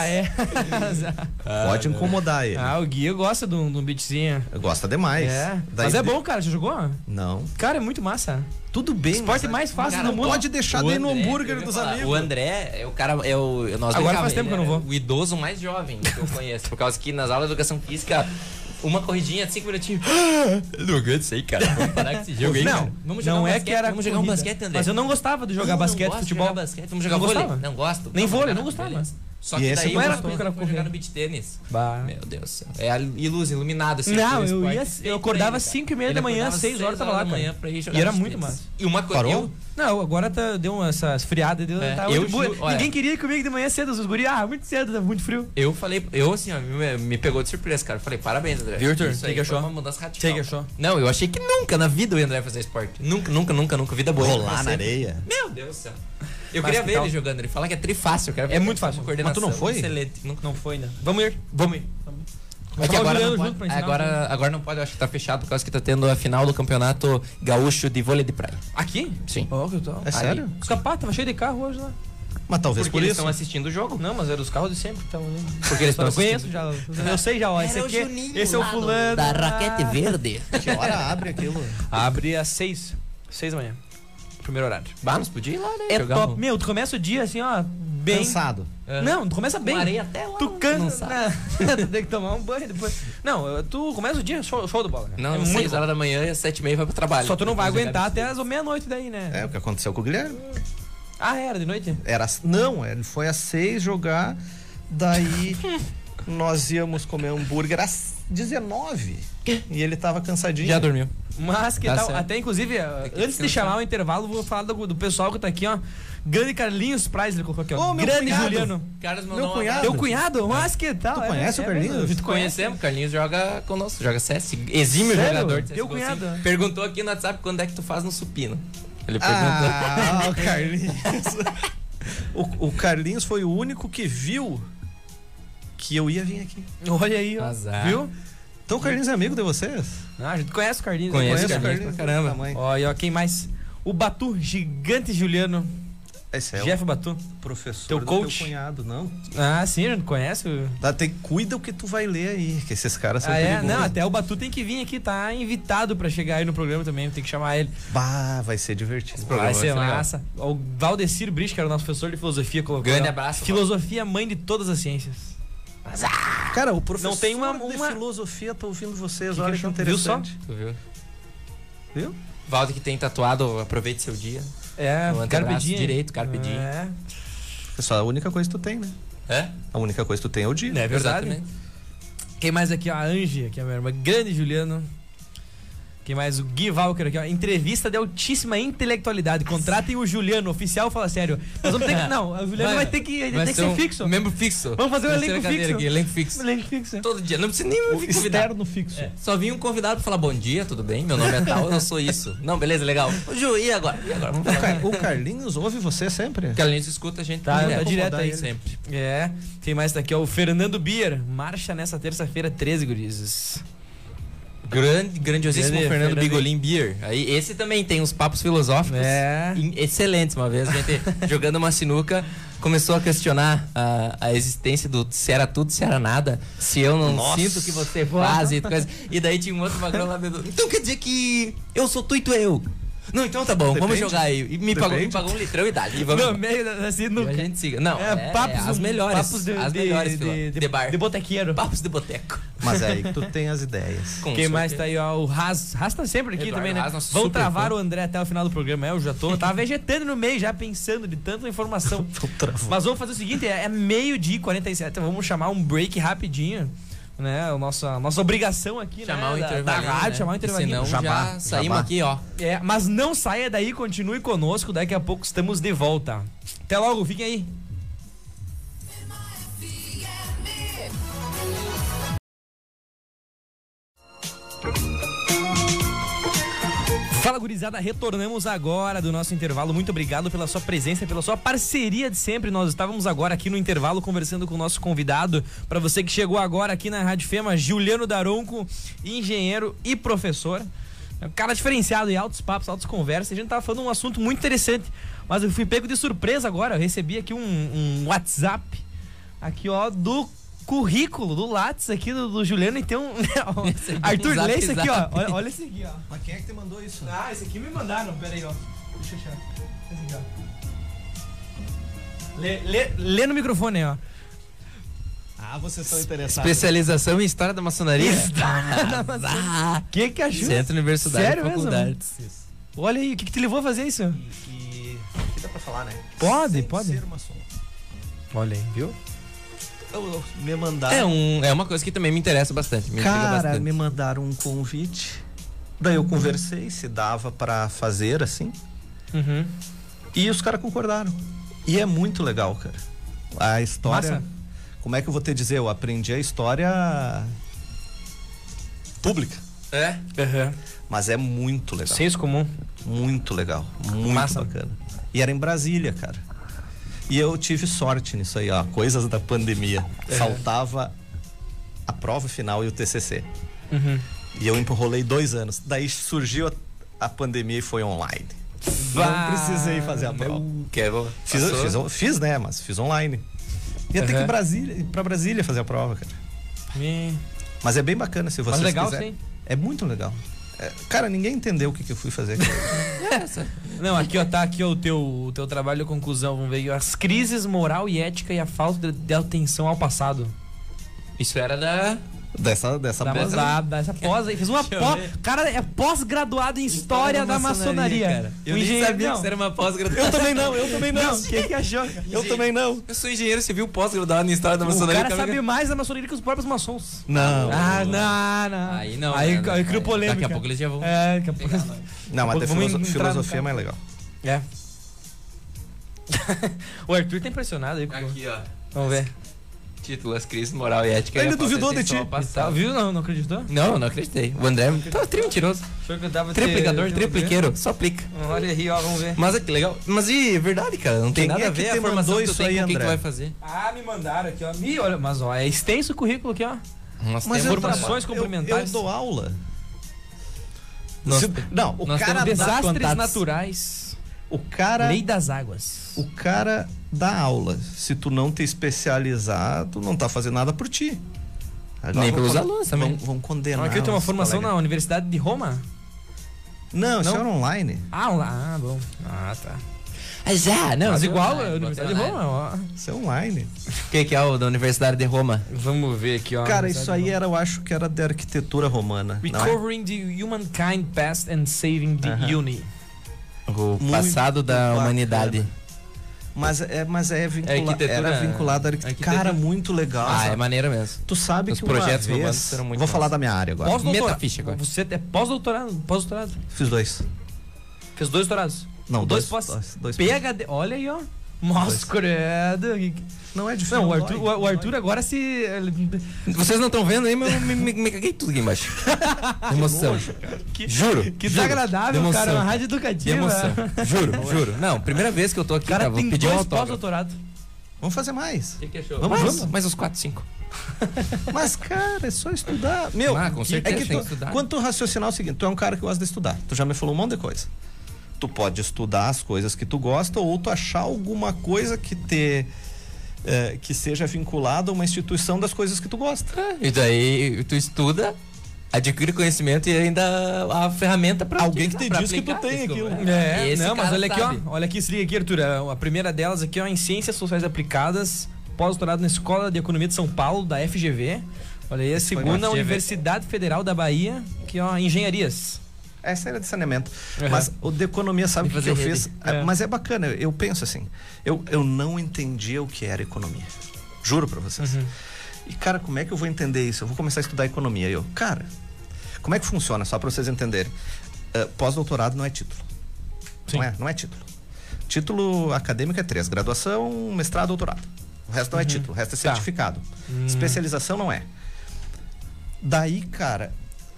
Pode incomodar ele. O Gui gosta de um beachzinho. Gosta demais. Mas é bom, cara. Você jogou? Não. Cara, é muito massa. Tudo bem. Esporte mais fácil do mundo. Não pode deixar de ir no hambúrguer dos amigos. O André é o cara. Agora faz tempo que eu não vou. O idoso mais jovem que eu conheço. Por causa que nas aulas de educação física, uma corridinha de 5 minutinhos. Não aguento isso aí, cara. Vamos parar com esse jogo aí. Vamos jogar um basquete, André. Mas eu não gostava de jogar basquete, futebol. Vamos jogar vôlei? Não gosto. Nem vôlei, não gostava. Só que daí eu vou jogar no beach tênis. Meu Deus do céu. É a luz iluminada. Assim, não, eu acordava às 5h30 da manhã, 6 horas tava lá, cara. Pra ir jogar e era muito massa. E uma coisa... Parou? Não, agora deu essas friadas. Ninguém queria ir comigo de manhã cedo, os guri. Muito cedo, tava muito frio. Eu falei, assim, ó, me pegou de surpresa, cara. Eu falei, parabéns, André. Viu, Arthur? O que achou? Uma mudança radical. O que achou? Não, eu achei que nunca na vida o André ia fazer esporte. Nunca. Vida boa. Rolar na areia. Meu Deus do céu. Eu queria ver ele jogando. Ele fala que é trifácil. É muito fácil. Mas tu não foi? Excelente. Não foi ainda. Vamos ir. É que agora não pode, eu acho que tá fechado por causa que tá tendo a final do campeonato gaúcho de vôlei de praia. Aqui? Sim. É sério? Os capazes, tava cheio de carro hoje lá. Mas talvez porque eles estão assistindo o jogo. Não, mas era os carros de sempre que estavam ali. Porque eles estão assistindo. Eu conheço já. Eu sei já, ó. Esse aqui, esse é o fulano. Da raquete verde. Que hora abre aquilo? Abre às 6 da manhã. Primeiro horário. Nós podíamos ir lá, né? É top. Meu, tu começa o dia assim, ó, bem... Cansado. Não, tu começa bem. Areia até lá. Tu cansa. Tu tem que tomar um banho depois. Não, tu começa o dia, show de bola. Cara. Não, 6 horas da manhã e às 7h30 vai pro trabalho. Só tu não vai aguentar até as meia-noite daí, né? É, o que aconteceu com o Guilherme. Era de noite? Não, ele foi às 6 jogar, daí nós íamos comer hambúrguer às 19. E ele tava cansadinho. Já dormiu. Mas que tal, até inclusive, antes de chamar o intervalo, vou falar do pessoal que tá aqui, ó. Grande Carlinhos Praz, ele colocou aqui, ó. Grande Juliano. Meu cunhado. Teu cunhado? Mas que tal? Tu conhece o Carlinhos? Tu conhecemos, Carlinhos joga conosco, joga CS. Exímio jogador de CS. Teu cunhado. Perguntou aqui no WhatsApp quando é que tu faz no supino. Ele perguntou. O Carlinhos. O Carlinhos foi o único que viu que eu ia vir aqui. Olha aí, ó. Azar. Viu? Então o Carlinhos é amigo de vocês? A gente conhece o Carlinhos. Conhece o Carlinhos pra caramba. Olha, ó, quem mais? O Batu, gigante Juliano. Esse é Jeff Batu. Professor teu coach. Teu cunhado, não? Sim, a gente conhece. Cuida o que tu vai ler aí, que esses caras são perigosos. Não, até o Batu tem que vir aqui, tá invitado pra chegar aí no programa também, tem que chamar ele. Vai ser divertido. Vai ser massa. O Valdecir Brich, que era o nosso professor de filosofia, colocou. Grande abraço. Filosofia, mãe de todas as ciências. Cara, o professor não tem uma de filosofia tá ouvindo vocês, olha que interessante. Tu viu? Viu? Valdo que tem tatuado, aproveite seu dia. Carpe diem. Direito, carpe diem. É só a única coisa que tu tem, né? É? A única coisa que tu tem é o dia. É verdade. Exatamente. Quem mais aqui, ó? A Angie, aqui, a minha irmã. Grande Juliano. Quem mais? O Gui Valker aqui, ó. Entrevista de altíssima intelectualidade. Contratem o Juliano, oficial, fala sério. Nós vamos ter que. Não, o Juliano vai ter que ser fixo. Membro fixo. Vamos fazer um elenco fixo. Aqui, elenco fixo. Elenco fixo. Todo dia. Não precisa nem vir convidado. Externo fixo. Só vinha um convidado pra falar bom dia, tudo bem? Meu nome é tal, eu sou isso. Não, beleza, legal. Ô, Ju, e agora? Vamos falar. O Carlinhos ouve você sempre? O Carlinhos escuta a gente Tá direto aí. Sempre. É. Quem mais tá aqui? Ó, o Fernando Bier. Marcha nessa terça-feira, 13, gurizes. Grandiosíssimo Fernando Bigolin Beer. Aí, esse também tem uns papos filosóficos excelentes. Uma vez a gente jogando uma sinuca começou a questionar a existência do se era tudo, se era nada, se eu não sinto o que você faz e coisa. E daí tinha um outro magrão lá dentro. Então quer dizer que eu sou tu e tu é eu. Não, então tá bom, vamos jogar aí. E me pagou um litrão e dá. E vamos no meio da sinuca. A gente siga. Não, papos, as melhores. Papos de bar. De botequeiro. Papos de boteco. Mas é aí que tu tem as ideias. Quem mais tá aí, ó? O Raz. Raz tá sempre aqui Eduardo também, né? Vão travar o André até o final do programa. Eu já tava vegetando no meio, já pensando de tanta informação. Mas vamos fazer o seguinte, é 12h47. Vamos chamar um break rapidinho. Né, a nossa obrigação aqui, chamar né, o intervalo, da rádio, chamar o intervalinho. Senão já saímos aqui, ó. Mas não saia daí, continue conosco, daqui a pouco estamos de volta. Até logo, fiquem aí. Fala, gurizada, retornamos agora do nosso intervalo. Muito obrigado pela sua presença, pela sua parceria de sempre. Nós estávamos agora aqui no intervalo conversando com o nosso convidado. Para você que chegou agora aqui na Rádio Fema, Juliano Daronco, engenheiro e professor. É um cara diferenciado, e altos papos, altas conversas. A gente tava falando um assunto muito interessante, mas eu fui pego de surpresa agora. Eu recebi aqui um WhatsApp aqui, ó, do currículo do Lattes aqui do Juliano, e tem um Arthur, lê isso aqui, ó. Olha esse aqui, ó. Mas quem é que te mandou isso? Ah, esse aqui me mandaram. Pera aí, ó. Deixa eu achar. Esse aqui, ó. Lê no microfone aí, ó. Ah, vocês estão interessados. Especialização em História da Maçonaria? Quem que achou? Centro Universitário. Sério de Faculdades. Mesmo? Olha aí, o que te levou a fazer isso? Aqui dá pra falar, né? Pode. Ser maçom. Olha aí, viu? Me mandaram. É uma coisa que também me interessa bastante. Me mandaram um convite. Daí eu conversei se dava pra fazer assim. Uhum. E os caras concordaram. E é muito legal, cara. A história. Massa. Como é que eu vou te dizer? Eu aprendi a história pública. É? Uhum. Mas é muito legal. Senso comum. Muito legal. Muito Massa. bacana. E era em Brasília, cara. E eu tive sorte nisso aí, ó. Coisas da pandemia. Faltava a prova final e o TCC. Uhum. E eu enrolei 2 anos. Daí surgiu a pandemia e foi online. Não precisei fazer a prova. Fiz, né? Mas fiz online. Ia ter que ir pra Brasília fazer a prova, cara. Mas é bem bacana se vocês legal, quiserem. Sim. É muito legal. Cara, ninguém entendeu o que eu fui fazer aqui. Não, aqui ó, tá aqui ó, o teu trabalho de conclusão. Vamos ver aqui, ó, as crises moral e ética e a falta de atenção ao passado. Isso era dessa pós aí. Fez uma cara, é pós-graduado em História da Maçonaria. Cara. Eu nem sabia que isso era uma pós-graduação. Eu também não. Quem que achou, cara? Eu também não. Eu sou engenheiro civil pós-graduado em História da Maçonaria. O cara sabe mais da maçonaria que os próprios maçons. Não. Não. Aí não. Aí criou polêmica. Daqui a pouco eles já vão. Daqui a pouco. Não, mas a filosofia é mais legal. É. O Arthur tá impressionado aí. Aqui, ó. Vamos ver. Título: As crises moral e ética. Ele duvidou de ti. Viu? Não acreditou? Não acreditei. O André tá mentiroso. Triplicador, tripliqueiro, só aplica. Olha aí, ó, vamos ver. Mas é que legal. Mas é verdade, cara. Não tem nada a ver a formação que tu tem com o que tu vai fazer. Me mandaram aqui, ó. Olha, mas ó, é extenso o currículo aqui, ó. Nós temos informações complementares. Eu dou aula. Nós temos desastres naturais. Lei das águas. O cara dá aula. Se tu não te especializar, tu não tá fazendo nada por ti. Agora nem pelos alunos também. Vão condenar. Aqui eu tenho uma formação na Universidade de Roma. Não, isso era online. Bom. Tá. Não. Mas igual a Universidade de Roma, ó. Isso é online. O que é o da Universidade de Roma? Vamos ver aqui, ó. Cara, isso aí eu acho que era de arquitetura romana. Recovering the Humankind Past and Saving the Uni. O passado da humanidade. Mas era vinculado a cara, muito legal. É maneira mesmo. Tu sabe os que projetos uma vez... serão muito Vou falar da minha área agora. Metaficha agora. Você é pós-doutorado? Fiz 2. Fez 2 doutorados? Não, dois PhD. Olha aí, ó. Nossa, credo. Não é difícil. Não, o Arthur agora se... Vocês não estão vendo aí, mas eu me caguei tudo aqui embaixo. Emoção. Juro. Que desagradável, cara. Uma rádio educativa. Emoção. Juro. Não, primeira vez que eu tô aqui, cara, vou pedir um autógrafo. Pós-doutorado. Vamos fazer mais. O que achou? Vamos. Mais uns 4, 5. Mas, cara, é só estudar. Meu, com certeza tem que estudar. Quando tu raciocinar o seguinte, tu é um cara que gosta de estudar. Tu já me falou um monte de coisa. Tu pode estudar as coisas que tu gosta ou tu achar alguma coisa que seja vinculada a uma instituição das coisas que tu gosta. E daí tu estuda, adquire conhecimento e ainda a ferramenta pra alguém que te diz que tu tem aquilo. Mas olha aqui, ó. Olha aqui, se liga aqui, Arthur. A primeira delas aqui, ó, em Ciências Sociais Aplicadas, pós-doutorado na Escola de Economia de São Paulo, da FGV. Olha aí, a segunda, Universidade Federal da Bahia, aqui, ó, Engenharias. Essa era de saneamento. Mas o de economia, sabe o que eu fiz? Mas é bacana, eu penso assim, eu não entendia o que era economia. Juro pra vocês. E, cara, como é que eu vou entender isso? Eu vou começar a estudar economia. Cara, como é que funciona? Só pra vocês entenderem. Pós-doutorado não é título. Não é título. Título acadêmico é 3. Graduação, mestrado, doutorado. O resto não é título, o resto é certificado. Especialização não é. Daí, cara...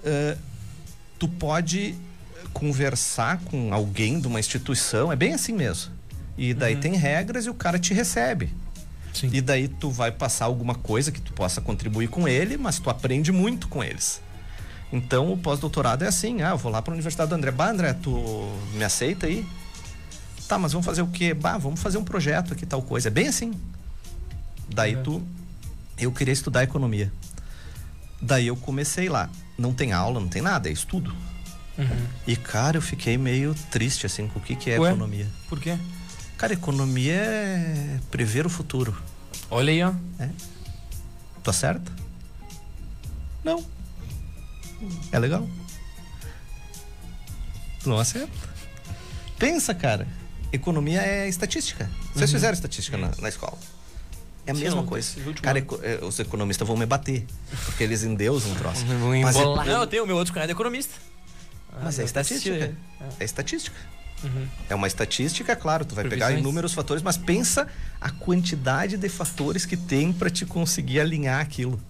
tu pode conversar com alguém de uma instituição, é bem assim mesmo. E daí tem regras e o cara te recebe. Sim. E daí tu vai passar alguma coisa que tu possa contribuir com ele, mas tu aprende muito com eles. Então o pós-doutorado é assim, eu vou lá para a Universidade do André. André, tu me aceita aí? Tá, mas vamos fazer o quê? Vamos fazer um projeto aqui, tal coisa. É bem assim. Daí eu queria estudar economia. Daí eu comecei lá. Não tem aula, não tem nada, é estudo. E, cara, eu fiquei meio triste, assim, com o que é economia. Por quê? Cara, economia é prever o futuro. Olha aí, ó. Tu acerta? Não. É legal. Tu não acerta. Pensa, cara. Economia é estatística. Vocês fizeram estatística na escola. É a mesma coisa. Cara, os economistas vão me bater. Porque eles endeusam um troço. Eu tenho o meu outro cunhado economista. Mas é estatística. É estatística. É uma estatística, claro, tu vai pegar inúmeros fatores, mas pensa a quantidade de fatores que tem para te conseguir alinhar aquilo.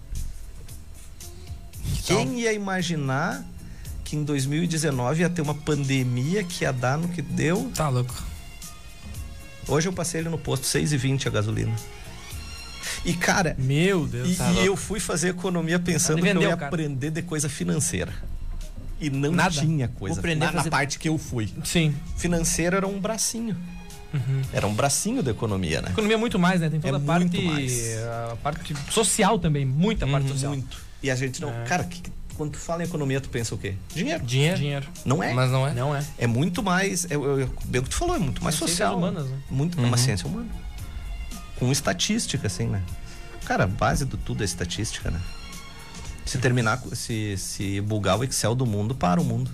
Quem ia imaginar que em 2019 ia ter uma pandemia que ia dar no que deu? Tá louco. Hoje eu passei ele no posto 6,20 a gasolina. E, cara, meu Deus, eu fui fazer economia pensando que eu ia aprender de coisa financeira. E não tinha coisa na parte que eu fui. Sim. Financeiro era um bracinho. Era um bracinho da economia, né? Economia é muito mais, né? Tem toda a parte social também, muita parte social. Muito. E a gente não... Cara, quando tu fala em economia, tu pensa o quê? Dinheiro. Não é? Mas não é. Não é. É muito mais... Bem o que tu falou, é muito mais social. Humanas, né? É uma ciência humana. Com estatística, assim, né? Cara, a base de tudo é estatística, né? Se terminar, se bugar o Excel do mundo, para o mundo.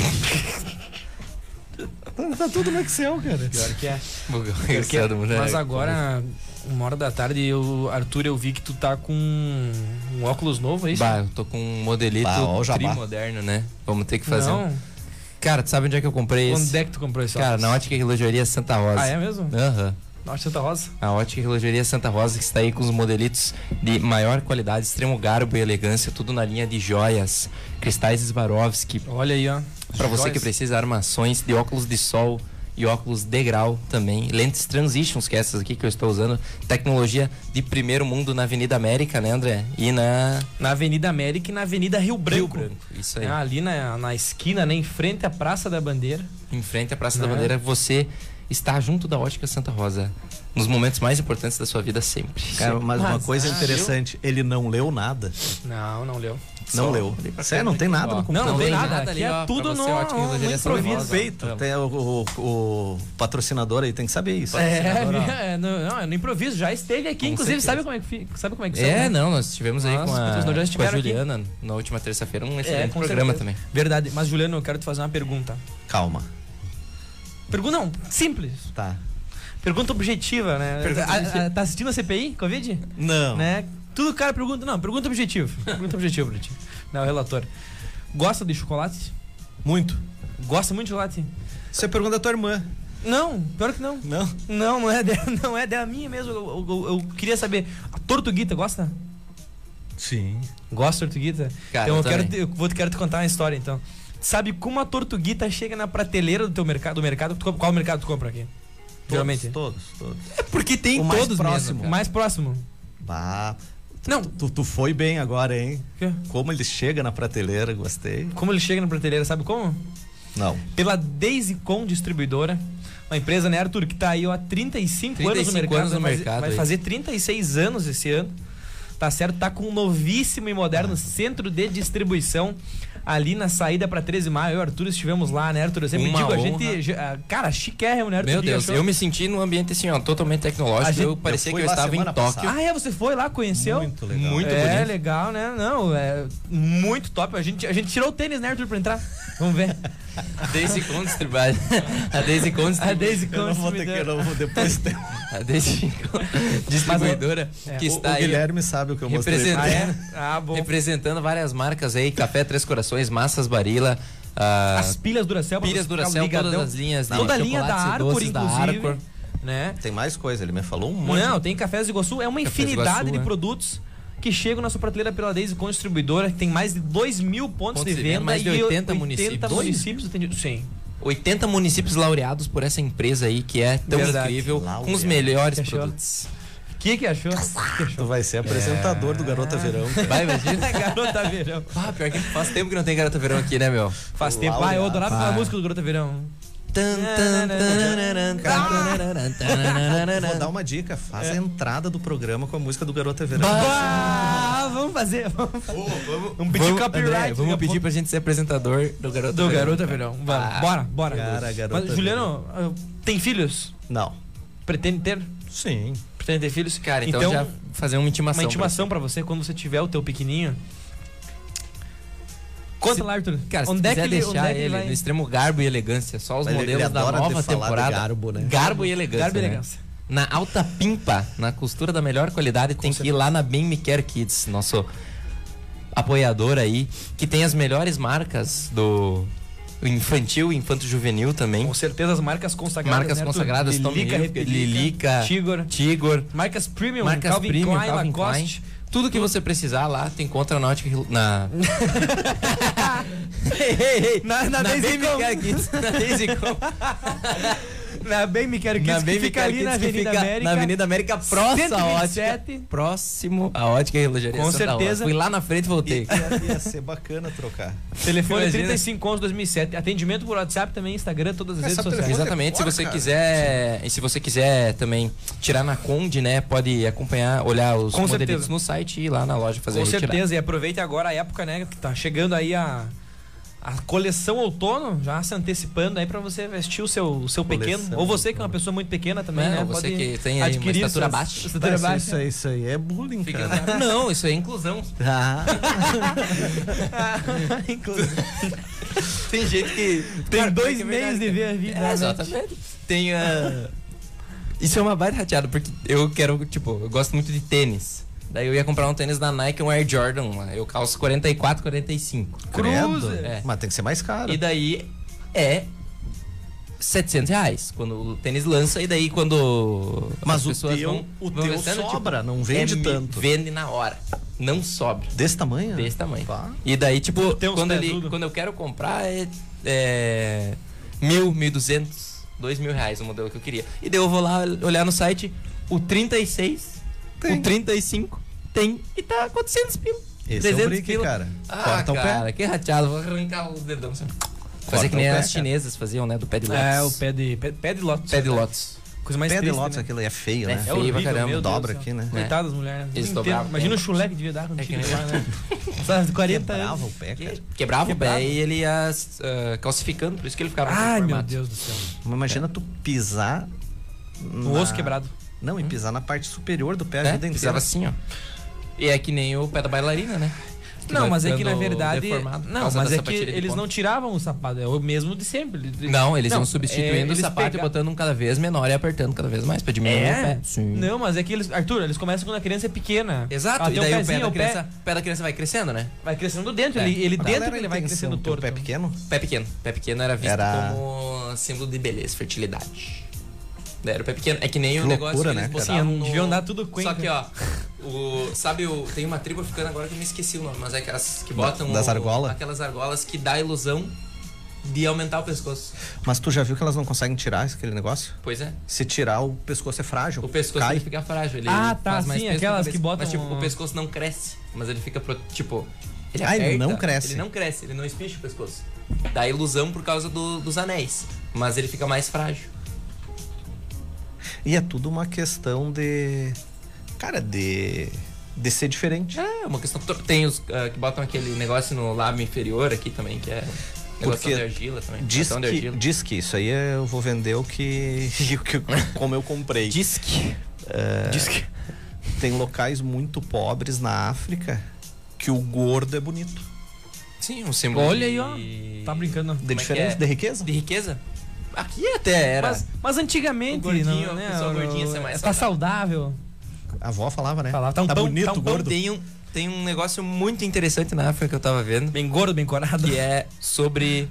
Tá tudo no Excel, cara. Pior que é. Bugar o Excel do mundo. Mas agora, 1h da tarde, Arthur, eu vi que tu tá com um óculos novo, é isso? Eu tô com um modelito tri-moderno, né? Vamos ter que fazer. Cara, tu sabe onde é que eu comprei esse? Onde é que tu comprou esse óculos? Cara, na Ótica e Relojoaria Santa Rosa. É mesmo? Ótica Santa Rosa? A Ótica e Relojoaria Santa Rosa, que está aí com os modelitos de maior qualidade, extremo garbo e elegância, tudo na linha de joias, cristais Swarovski. Olha aí, ó. Pra você que precisa de armações, de óculos de sol e óculos de grau também. Lentes Transitions, que é essas aqui que eu estou usando. Tecnologia de primeiro mundo na Avenida América, né, André? E na Avenida América e na Avenida Rio Branco. Isso aí. Ali na esquina, né, em frente à Praça da Bandeira. Em frente à Praça da Bandeira, você está junto da Ótica Santa Rosa. Nos momentos mais importantes da sua vida sempre. Cara, mas uma coisa interessante, ele não leu nada. Não leu. Não leu. Sério, não tem nada no computador. Não tem nada. Aqui é tudo no improviso. Feito. Tem o patrocinador aí, tem que saber isso. No improviso, já esteve aqui. Inclusive, sabe como é que nós estivemos aí com a Juliana na última terça-feira. Um excelente programa também. Verdade. Mas, Juliano, eu quero te fazer uma pergunta. Calma. Pergunta não, simples. Tá. Pergunta objetiva, né? Tá assistindo a CPI, Covid? Não. Né? Tudo o cara pergunta. Não, pergunta objetiva. Pergunta objetiva pra ti. Não, o relator. Gosta de chocolate? Muito. Gosta muito de chocolate? Você pergunta da tua irmã. Não, pior que não. Não? Não é dela minha mesmo. Eu queria saber. A Tortuguita gosta? Sim. Gosta de Tortuguita? Cara, Então quero te contar uma história então. Sabe como a Tortuguita chega na prateleira do teu mercado? Qual mercado tu compra aqui? Geralmente. Todos. É porque tem o mais todos próximo. mesmo, O mais próximo. Bah. Não. Tu foi bem agora, hein? Quê? Como ele chega na prateleira, gostei. Como ele chega na prateleira, sabe como? Não. Pela Daisy-Com Distribuidora, uma empresa, né, Arthur, que tá aí ó, há 35 anos no mercado. Vai fazer 36 anos esse ano. Tá certo? Tá com um novíssimo e moderno centro de distribuição ali na saída pra 13 de maio. Eu e o Arthur estivemos lá, né, Arthur? Eu sempre digo, a gente... Cara, chiquérrimo, né, Arthur? Meu Deus, eu me senti num ambiente assim, ó, totalmente tecnológico. Eu parecia que eu estava em Tóquio. Ah, você foi lá, conheceu? Muito legal. Muito bonito. É, legal, né? Não, é muito top. A gente tirou o tênis, né, Arthur, pra entrar? Vamos ver. A Daisy-Com Distribuidora. A Daisy-Com Eu não vou ter que, não vou depois ter. A Daisy-Com Distribuidora que está aí. O Guilherme sabe o que eu mostrei. Bom. Representando várias marcas aí, Café Três Corações, Massas Barilla, as pilhas Duracell, todas as linhas, toda a linha da Arcor, inclusive, né? Tem mais coisa, ele me falou um monte. Não, tem Cafés de Iguaçu, é uma infinidade de produtos que chegam na sua prateleira pela Daisy-Com Distribuidora, que tem mais de 2.000 pontos de venda, mais de 80 municípios. Sim. 80 municípios laureados por essa empresa aí, que é tão incrível, com os melhores produtos. O que achou? Tu vai ser apresentador do Garota Verão. Vai, imagina. Garota Verão. Pior que faz tempo que não tem Garota Verão aqui, né, meu? Faz tempo. Eu adorava a música do Garota Verão. Vou dar uma dica, faz a entrada do programa com a música do Garota Verão. Vamos fazer. Vamos pedir copyright. Vamos pedir pra gente ser apresentador do Garota Verão. Bora. Cara, Garota Mas, Juliano, tem filhos? Não. Pretende ter? Sim. Pretende ter filhos? Cara, então já fazer uma intimação. Uma intimação pra você, quando você tiver o teu pequenininho. Conta lá, Arthur. Cara, onde é que deixar ele no extremo garbo e elegância, só os modelos da nova temporada. Garbo, né? Garbo e elegância. Na alta pimpa, na costura da melhor qualidade, tem que ir lá na Bem Me Quer Kids, nosso apoiador aí, que tem as melhores marcas do infantil e infanto-juvenil também. Com certeza as marcas consagradas. Marcas consagradas, Lilica, Tigor. Marcas premium, Calvin Klein, Lacoste. Tudo que você precisar lá, tu encontra na Ótica na Daisy-Com. Na Bem Me Quero Kids, que fica ali na Avenida América. Na Avenida América, próximo à Ótica e Relojaria. Com certeza. Fui lá na frente e voltei. Ia ser bacana trocar. Telefone 3511-2007. Atendimento por WhatsApp também, Instagram, todas as redes sociais. Exatamente. Se você quiser também tirar na Conde, né? Pode acompanhar, olhar os modelitos no site e ir lá na loja fazer a retirada. Com certeza. E aproveite agora a época, né? Que tá chegando aí a coleção outono, já se antecipando aí pra você vestir o seu pequeno. Ou você que é uma pessoa muito pequena também, né? Ou você que tem aí uma estatura baixa. Isso aí é bullying, cara. Não, isso é inclusão. Inclusão. Tem gente que... Tem 2 meios de ver a vida. Exatamente. Tem Isso é uma baita rateada, porque eu gosto muito de tênis. Daí eu ia comprar um tênis da Nike, um Air Jordan, eu calço 44, 45. Cruza. Mas tem que ser mais caro. E daí é R$700 quando o tênis lança, e daí quando as pessoas vão sobra, não vende tanto. Vende na hora, não sobra. Desse tamanho? Desse tamanho. Pá. E daí quando eu quero comprar é 1.000, 1.200, R$2.000 o modelo que eu queria. E daí eu vou lá olhar no site, o 36... O 35 tem e tá 400 pila. Esse é o brick, cara. Corta o pé. Cara, que rateado. Vou arrancar o dedão. Fazer que nem as chinesas faziam, né? Do pé de Lotus. O pé de Lotus. Pé de Lotus. Coisa mais pé triste, de Lotus, né? aquilo é feio, né? É feio pra caramba. Dobra aqui, né? Coitadas das mulheres. Eles dobravam. Imagina o chulé que devia dar quando tinha lá, né? 40 anos. O pé, cara. Quebrava o pé e ele ia calcificando, por isso que ele ficava Ai, meu Deus do céu. Mas imagina tu pisar no osso quebrado. Não, e pisar na parte superior do pé a vida inteira. Pisava assim, ó. E é que nem o pé da bailarina, né? Não, mas é que na verdade... Não, mas é que eles não tiravam o sapato, é o mesmo de sempre. Não, eles iam substituindo o sapato e botando um cada vez menor e apertando cada vez mais pra diminuir o pé. Sim. Não, mas é que eles... Arthur, eles começam quando a criança é pequena. Exato, e daí o pé da criança vai crescendo, né? Vai crescendo dentro, ele dentro que ele vai crescendo torto. Pé pequeno? Pé pequeno era visto como símbolo de beleza, fertilidade. Era o pé pequeno. É que nem o negócio que eles botavam deviam andar tudo cuenca. Só que, ó, tem uma tribo africana agora que eu me esqueci o nome, mas é aquelas que botam das argolas? Aquelas argolas que dá a ilusão de aumentar o pescoço. Mas tu já viu que elas não conseguem tirar aquele negócio? Pois é. Se tirar, o pescoço é frágil. O pescoço cai. Ele fica frágil. Ele faz mais sim, aquelas que botam... Mas, tipo, o pescoço não cresce, mas ele fica, tipo... Ele ele não cresce. Ele não cresce, ele não espicha o pescoço. Dá a ilusão por causa dos anéis, mas ele fica mais frágil. E é tudo uma questão de... Cara, de ser diferente. É, uma questão... Tem os que botam aquele negócio no lábio inferior aqui também, que é... Negócio de argila também. Diz que isso aí eu vou vender como eu comprei. Diz que tem locais muito pobres na África que o gordo é bonito. Sim, um símbolo. Olha aí, ó. Tá brincando. De diferença? De riqueza? De riqueza? Aqui até era. Mas antigamente, o gordinho, né? A gordinha ser mais tá saudável. A avó falava, né? Tá bonito, gordo. Tem um negócio muito interessante na África que eu tava vendo. Bem gordo, bem corado. Que é sobre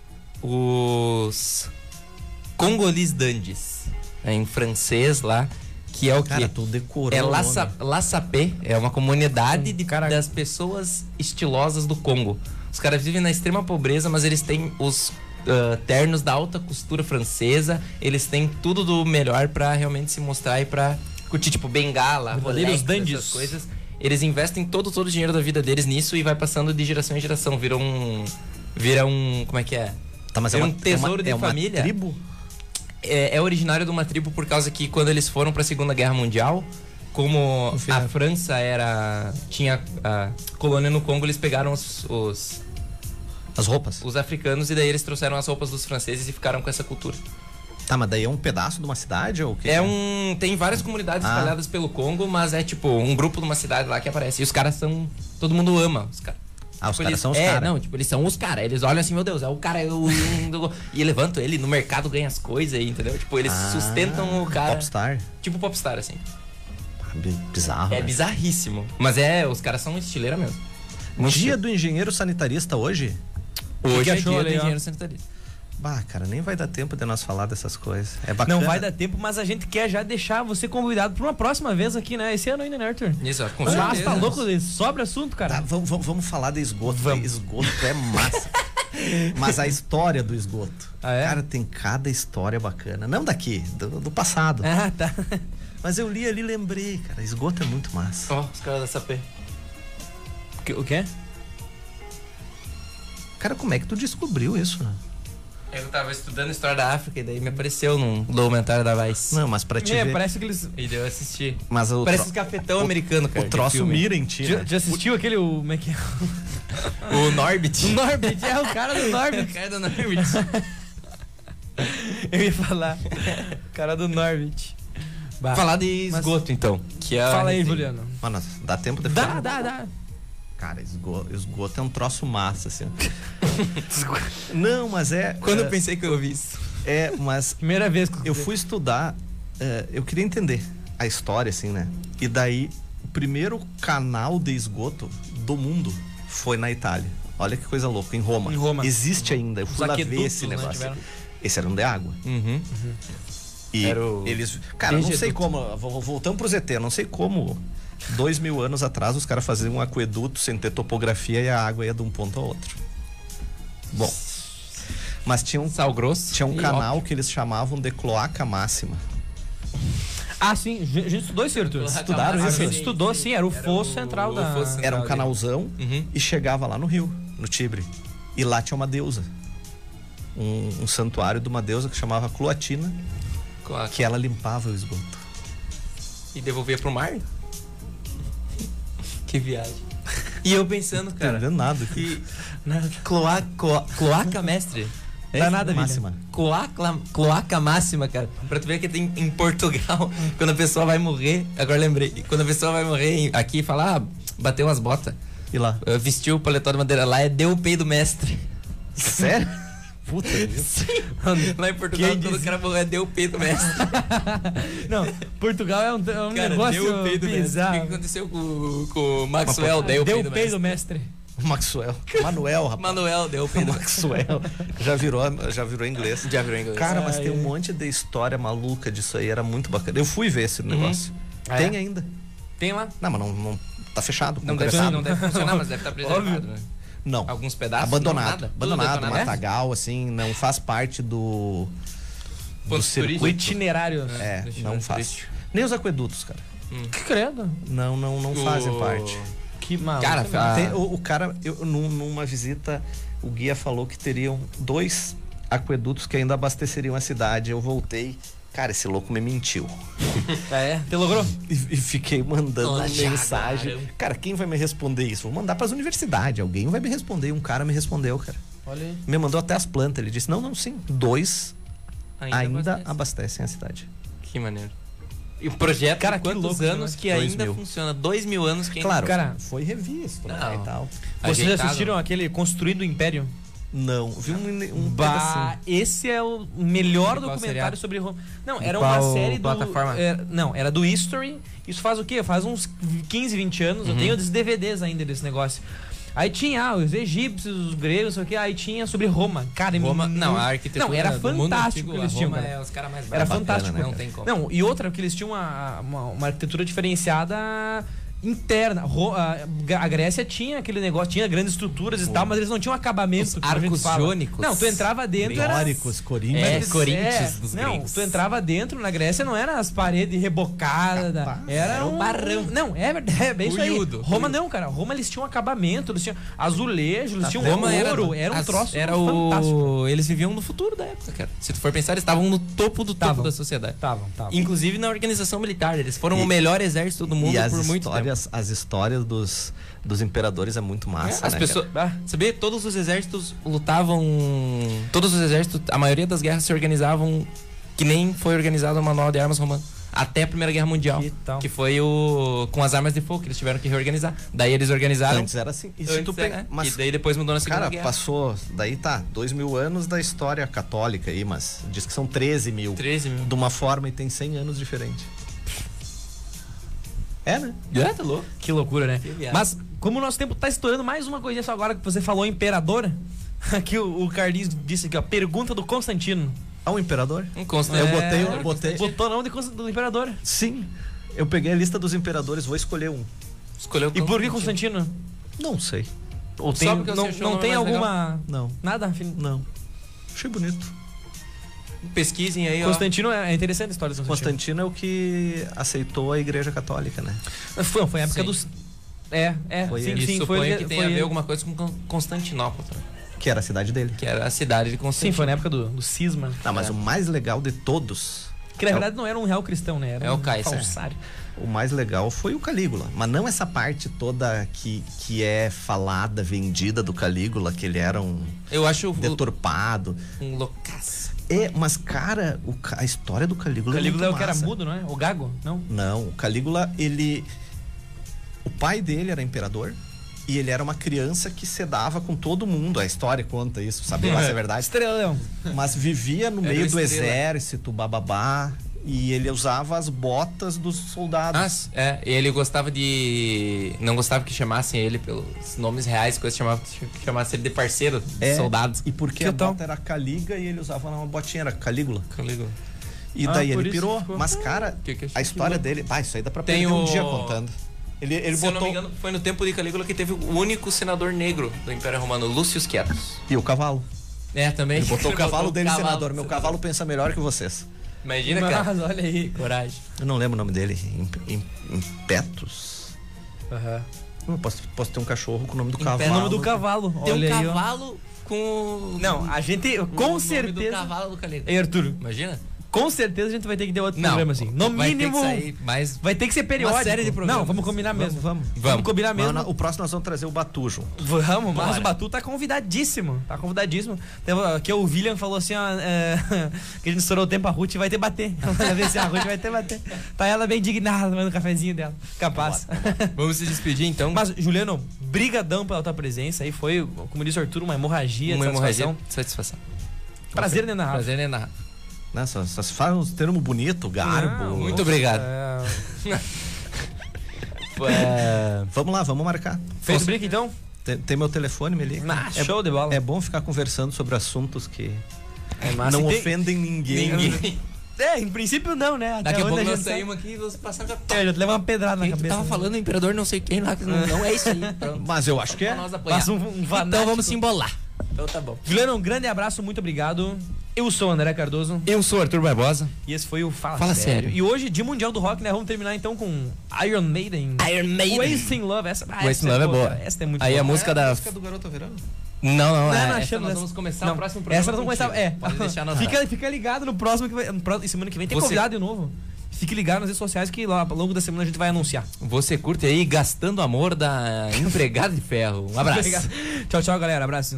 os Congolese dandies. Em francês lá. Que é o cara, que? Tu decorou. É La Sapé. É uma comunidade das pessoas estilosas do Congo. Os caras vivem na extrema pobreza, mas eles têm os ternos da alta costura francesa. Eles têm tudo do melhor pra realmente se mostrar e pra curtir, tipo, bengala, Rolex, essas coisas. Eles investem todo o dinheiro da vida deles nisso e vai passando de geração em geração. Vira um como é que é? Tá, mas vira um tesouro de família. Uma tribo? É originário de uma tribo por causa que quando eles foram pra Segunda Guerra Mundial, como a França tinha colônia no Congo, eles pegaram as roupas? Os africanos, e daí eles trouxeram as roupas dos franceses e ficaram com essa cultura. Tá, mas daí é um pedaço de uma cidade ou o quê? Tem várias comunidades espalhadas pelo Congo, mas é tipo um grupo de uma cidade lá que aparece. E os caras são... Todo mundo ama os caras. Os caras são os caras? Não, tipo, eles são os caras. Eles olham assim, meu Deus, é o cara... e levantam ele, no mercado ganha as coisas aí, entendeu? Tipo, eles sustentam o cara... Popstar? Tipo popstar, assim. Bizarro, É bizarríssimo. Mas os caras são estileira mesmo. Dia do engenheiro sanitarista hoje? Hoje é dia do engenheiro sanitarista. Bah, cara, nem vai dar tempo de nós falar dessas coisas. É bacana. Não vai dar tempo, mas a gente quer já deixar você convidado pra uma próxima vez aqui, né? Esse ano ainda, né, Arthur? Isso, com certeza. Mas tá louco? Sobra assunto, cara. Tá, vamos falar de esgoto. Esgoto é massa. Mas a história do esgoto. Cara, tem cada história bacana. Não daqui, do passado. Tá. Mas eu li ali e lembrei, cara. Esgoto é muito massa. Os caras da SAP. O quê? Cara, como é que tu descobriu isso, né? Eu tava estudando História da África e daí me apareceu num documentário da Vice. Não, mas pra te ver... parece que eles... E daí eu assisti. Mas parece esse cafetão americano, cara. O troço mira em ti, né? Já assistiu aquele... Como é que é? O Norbit. O Norbit, o cara do Norbit. O cara do Norbit. Eu ia falar. O cara do Norbit. Falar de esgoto, então. Que é fala aí, Juliano. Mano, dá tempo de falar? Dá. Cara, esgoto é um troço massa, assim. Não, mas Quando eu pensei que eu ouvi isso. Mas... Primeira vez que eu fui estudar... eu queria entender a história, assim, né? E daí, o primeiro canal de esgoto do mundo foi na Itália. Olha que coisa louca, em Roma. Existe ainda. Eu fui lá ver esse negócio. Esse era um de água. E eles... Cara, não sei como... Voltando pro ZT, não sei como... 2000 anos atrás os caras faziam um aqueduto sem ter topografia e a água ia de um ponto ao outro. Bom, mas tinha sal grosso. Tinha um canal que eles chamavam de cloaca máxima. Sim, a gente estudou isso, Arthur. Estudaram isso? A gente estudou, sim, era o fosso central da... Era um canalzão e chegava lá no rio, no Tibre. E lá tinha uma deusa. Um santuário de uma deusa que chamava Cloatina, que ela limpava o esgoto. E devolvia pro mar? Que viagem. E eu pensando, cara... Não entendendo nada aqui. Cloaca mestre. Dá nada, máxima. Cloaca máxima, cara. Pra tu ver que tem em Portugal, quando a pessoa vai morrer... Agora lembrei. Quando a pessoa vai morrer aqui e fala, bateu umas botas. E lá? Vestiu o paletó de madeira lá, deu o pei do mestre. Sério? Puta. Sim. Lá em Portugal, todo cara falou, deu o pei do mestre. Não, Portugal é um Cara, negócio deu o pei do bizarro. mestre. O que aconteceu com o Maxwell? Deu o pei do mestre. Maxwell. Manuel, rapaz. Manuel deu o pei do Maxwell. Já virou inglês. Já virou inglês. Cara, mas tem um monte de história maluca disso aí. Era muito bacana. Eu fui ver esse negócio. Tem ainda. Tem lá? Não, mas não tá fechado. Não deve funcionar, mas deve estar preservado, né? Não. Alguns pedaços? Abandonado. Não, abandonado, matagal, assim, não faz parte do circuito. O itinerário. Não faz. Nem os aquedutos, cara. Que credo. Não fazem parte. Que maluco. Cara, o cara, numa visita, o guia falou que teriam 2 aquedutos que ainda abasteceriam a cidade. Eu voltei. Cara, esse louco me mentiu. Te logrou? E fiquei mandando mensagem. Cara, quem vai me responder isso? Vou mandar pras universidades. Alguém vai me responder. Um cara me respondeu, cara. Olha aí. Me mandou até as plantas. Ele disse, não, sim. 2 ainda abastecem a cidade. Que maneiro. E o projeto, cara, quantos louco, anos que ainda funciona? 2000 anos que ainda... Claro, cara, foi revisto, né, e tal. Vocês já assistiram aquele Construindo o Império? Não, vi um pedacinho. Esse é o melhor documentário sobre Roma. Não, era uma série plataforma? Era do History. Isso faz o quê? Faz uns 15, 20 anos. Eu tenho os DVDs ainda desse negócio. Aí tinha os egípcios, os gregos, sei o que. Aí tinha sobre Roma. Cara, a arquitetura. Não, era fantástico que eles tinham. Os caras mais era fantástico. Né? Não tem como. Não, e outra, que eles tinham uma arquitetura diferenciada interna. A Grécia tinha aquele negócio, tinha grandes estruturas e tal, mas eles não tinham acabamento. Os arcos jônicos. Não, tu entrava dentro. Dóricos, coríntios. Coríntios dos Não, gregos. tu entrava dentro na Grécia, não era as paredes rebocadas. Era um barrão. Não, é bem isso aí. Roma não, cara. Roma eles tinham acabamento, eles tinham azulejo, eles tinham ouro. Era um troço fantástico. Eles viviam no futuro da época, cara. Se tu for pensar, eles estavam no topo do topo da sociedade. Estavam. Inclusive na organização militar. Eles foram o melhor exército do mundo por muito tempo. As histórias dos imperadores é muito massa, as pessoas, sabia? Todos os exércitos lutavam. Todos os exércitos, a maioria das guerras se organizavam que nem foi organizado o manual de armas romano. Até a Primeira Guerra Mundial. Que foi com as armas de fogo que eles tiveram que reorganizar. Daí eles organizaram. Antes era assim. Mas, e daí depois mudou na Segunda Guerra. Passou. Daí 2000 anos da história católica aí, mas diz que são 13 mil. De uma forma e tem 100 anos diferente. Né? Tá louco. Que loucura, né? Mas, como o nosso tempo tá estourando, mais uma coisinha só agora que você falou imperador. Aqui o Carlinhos disse aqui, ó. Pergunta do Constantino. Um imperador? Eu botei. Botou o nome do imperador? Sim. Eu peguei a lista dos imperadores, vou escolher um. Escolheu E por que Constantino? Não sei. Ou tem, não tem alguma... Não. Nada? Não. Achei bonito. Pesquisem aí, Constantino é interessante a história do Constantino é o que aceitou a Igreja Católica, né? Foi a época dos... Suponho que tem a ver alguma coisa com Constantinopla também. Que era a cidade dele. Que era a cidade de Constantino. Sim, foi na época do cisma. Não, mas o mais legal de todos... Que na verdade não era um real cristão, né? Era o Caesar. Falsário. O mais legal foi o Calígula. Mas não essa parte toda que é falada, vendida do Calígula, que ele era um... Eu acho... deturpado. Um loucaço. Mas, cara, a história do Calígula é muito massa. O Calígula é o que era mudo, não é? O Gago? Não, o Calígula, o pai dele era imperador e ele era uma criança que sedava com todo mundo. A história conta isso, sabe lá se é verdade? Estrelão. Mas vivia no meio do exército, bababá, e ele usava as botas dos soldados. Ele gostava de... Não gostava que chamassem ele pelos nomes reais, que chamassem ele de parceiro de soldados. E porque a bota era Caliga e ele usava uma botinha, era Calígula. E daí ele pirou. Mas, cara, a história dele... isso aí dá pra perder um dia contando. Ele Se eu não me engano, foi no tempo de Calígula que teve o único senador negro do Império Romano, Lúcio Quietus. E o cavalo. Também. Ele botou o cavalo dele, senador. Meu cavalo pensa melhor que vocês. Imagina, cara. Olha aí, coragem. Eu não lembro o nome dele. Impetus. Eu posso ter um cachorro com o nome do cavalo. O nome do cavalo. Tem um cavalo com... Não, a gente com certeza... O nome do cavalo do Calígula. Ei, Arthur. Imagina. Com certeza a gente vai ter que ter outro programa assim. No mínimo. Vai ter que ser periódico. Uma série de programas. Não, vamos combinar mesmo. Vamos combinar mesmo. O próximo nós vamos trazer o Batu junto. Vamos, mas o Batu tá convidadíssimo. Aqui o William falou assim, ó, que a gente estourou o tempo, a Ruth vai ter bater. Vamos ver se a Ruth vai ter bater. Tá ela bem indignada tomando o cafezinho dela. Capaz. Vamos se despedir então. Mas, Juliano, brigadão pela tua presença. Aí foi, como disse o Arthur, uma hemorragia de satisfação. Prazer inenarrável. Prazer inenarrável. Nossa, só se faz um termo bonito, garbo. Muito obrigado. Vamos lá, vamos marcar. Fez o brick então? Tem meu telefone, me liga. Show de bola. É bom ficar conversando sobre assuntos que não ofendem ninguém. Em princípio não, né? Daqui a pouco nós saímos aqui e vamos passar já te leva uma pedrada na cabeça. Tava falando o imperador não sei quem lá, que não é isso aí. Mas eu acho que é. Então vamos se embolar. Então tá bom. Juliano, um grande abraço, muito obrigado. Eu sou o André Cardoso. Eu sou o Arthur Barbosa. E esse foi o Fala Sério. E hoje, Dia Mundial do Rock, né? Vamos terminar então com Iron Maiden. Wasting Love. Wasting Love é boa. Essa é muito aí boa. A música a música do Garoto Verano? Não. Nós vamos começar o próximo programa. Essa nós vamos começar. Pode deixar no Fica ligado no próximo, semana que vem tem convidado de novo. Fique ligado nas redes sociais que lá ao longo da semana a gente vai anunciar. Você curte aí Gastando Amor da Empregada de Ferro. Um abraço. Tchau, galera. Abraço.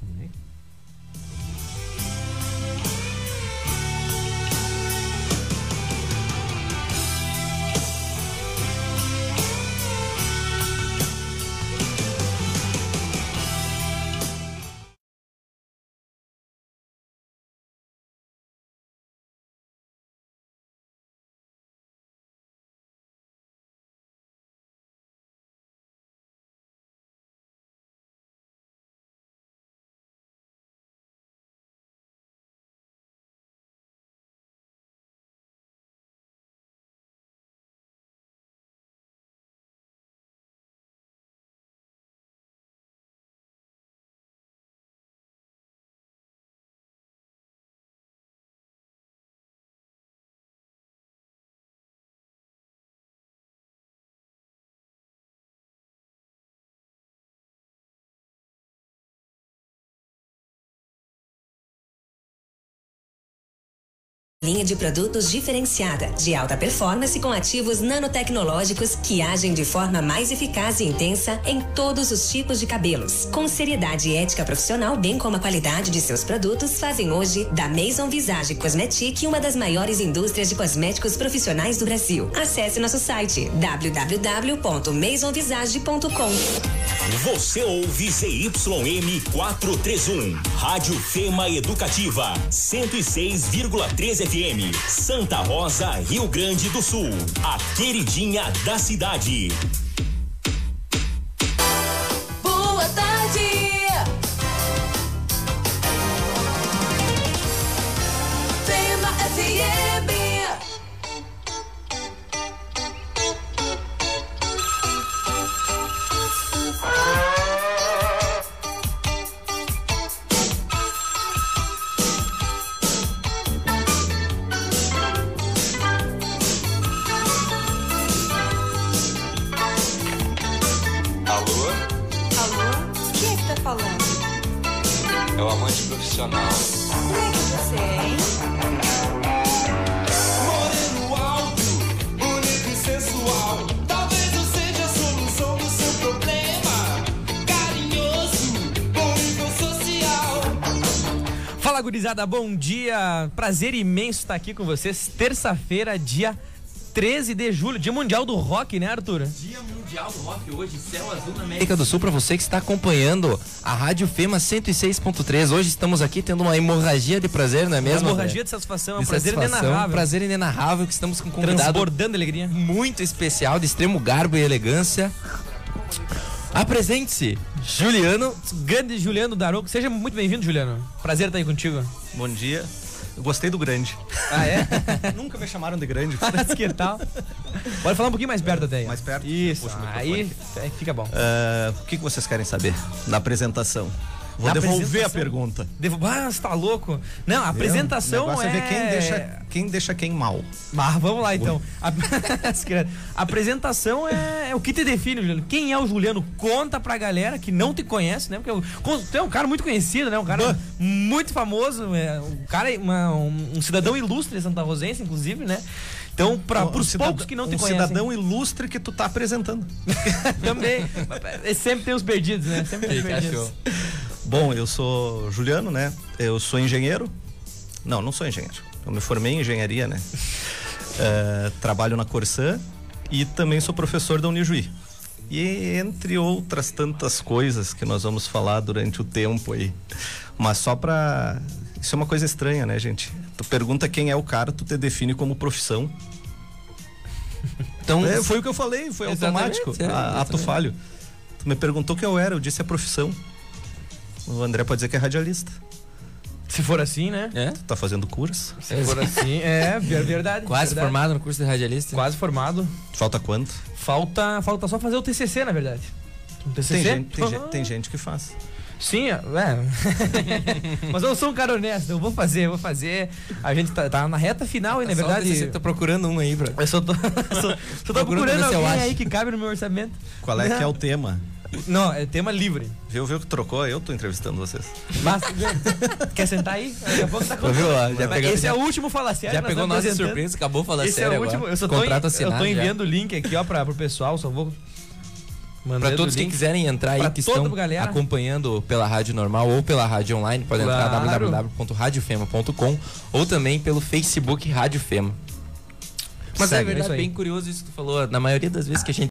Linha de produtos diferenciada, de alta performance com ativos nanotecnológicos que agem de forma mais eficaz e intensa em todos os tipos de cabelos. Com seriedade e ética profissional, bem como a qualidade de seus produtos, fazem hoje da Maison Visage Cosmetique uma das maiores indústrias de cosméticos profissionais do Brasil. Acesse nosso site www.maisonvisage.com. Você ouve ZYM 431, Rádio Fema Educativa, 106,3 FM, Santa Rosa, Rio Grande do Sul, a queridinha da cidade. Boa tarde! Fema FM. É o amante profissional. Como é que você é, hein? Moreno alto, bonito e sensual. Talvez eu seja a solução do seu problema. Carinhoso, bom nível social. Fala, gurizada, bom dia. Prazer imenso estar aqui com vocês. Terça-feira, dia 13 de julho, Dia Mundial do Rock, né, Arthur? Dia Mundial do Rock hoje, céu azul na América do Sul, para você que está acompanhando a Rádio Fema 106.3. Hoje estamos aqui tendo uma hemorragia de prazer, não é mesmo? Uma hemorragia de satisfação, é um prazer inenarrável. Um prazer inenarrável que estamos com um convidado transbordando alegria muito especial, de extremo garbo e elegância. Apresente-se, Juliano. Grande Juliano Daroco. Seja muito bem-vindo, Juliano. Prazer estar aí contigo. Bom dia. Eu gostei do grande. Ah, é? Nunca me chamaram de grande. Que tal? Pode falar um pouquinho mais perto até aí. Mais perto? Isso, aí fica bom. O que vocês querem saber da apresentação? Vou devolver a pergunta. Você tá louco? Não, a apresentação é ver quem deixa quem mal. Mas vamos lá então. A apresentação é o que te define, Juliano. Quem é o Juliano? Conta pra galera que não te conhece, né? Porque tu é um cara muito conhecido, né? Um cara muito famoso. Um cara, um cidadão ilustre santarrosense, inclusive, né? Então, pros poucos que não te conhecem. Um cidadão ilustre que tu tá apresentando. Também. Sempre tem os perdidos, né? Sempre tem os perdidos. Bom, eu sou Juliano, né? Eu sou engenheiro. Não sou engenheiro. Eu me formei em engenharia, né? Trabalho na Corsã e também sou professor da Unijuí. E entre outras tantas coisas que nós vamos falar durante o tempo aí. Mas só pra... Isso é uma coisa estranha, né, gente? Tu pergunta quem é o cara, tu te define como profissão. Então, foi o que eu falei, foi automático, ato falho. Tu me perguntou quem eu era, eu disse a profissão. O André pode dizer que é radialista. Se for assim, né? Tu tá fazendo curso? Se for assim, verdade. Quase formado no curso de radialista? Quase formado. Falta quanto? Falta só fazer o TCC, na verdade. Um TCC? Tem gente que faz. Sim, mas eu sou um cara honesto, eu vou fazer. A gente tá na reta final aí, na verdade. Você tá procurando um aí, bro. Eu só tô procurando alguém aí que cabe no meu orçamento. Qual é que é o tema? Não, é tema livre. Viu que trocou? Eu tô entrevistando vocês. Mas, quer sentar aí? Daqui a pouco tá contando. Esse é o último Fala Sério. Já pegou nossa surpresa, acabou Fala Sério. Esse é o último. Eu tô enviando o link aqui, ó, pro pessoal, só vou... Para todos que quiserem entrar aí, que estão acompanhando pela rádio normal ou pela rádio online, podem entrar www.radiofema.com ou também pelo Facebook Rádio Fema. Mas é verdade, bem curioso isso que tu falou. Na maioria das vezes que a gente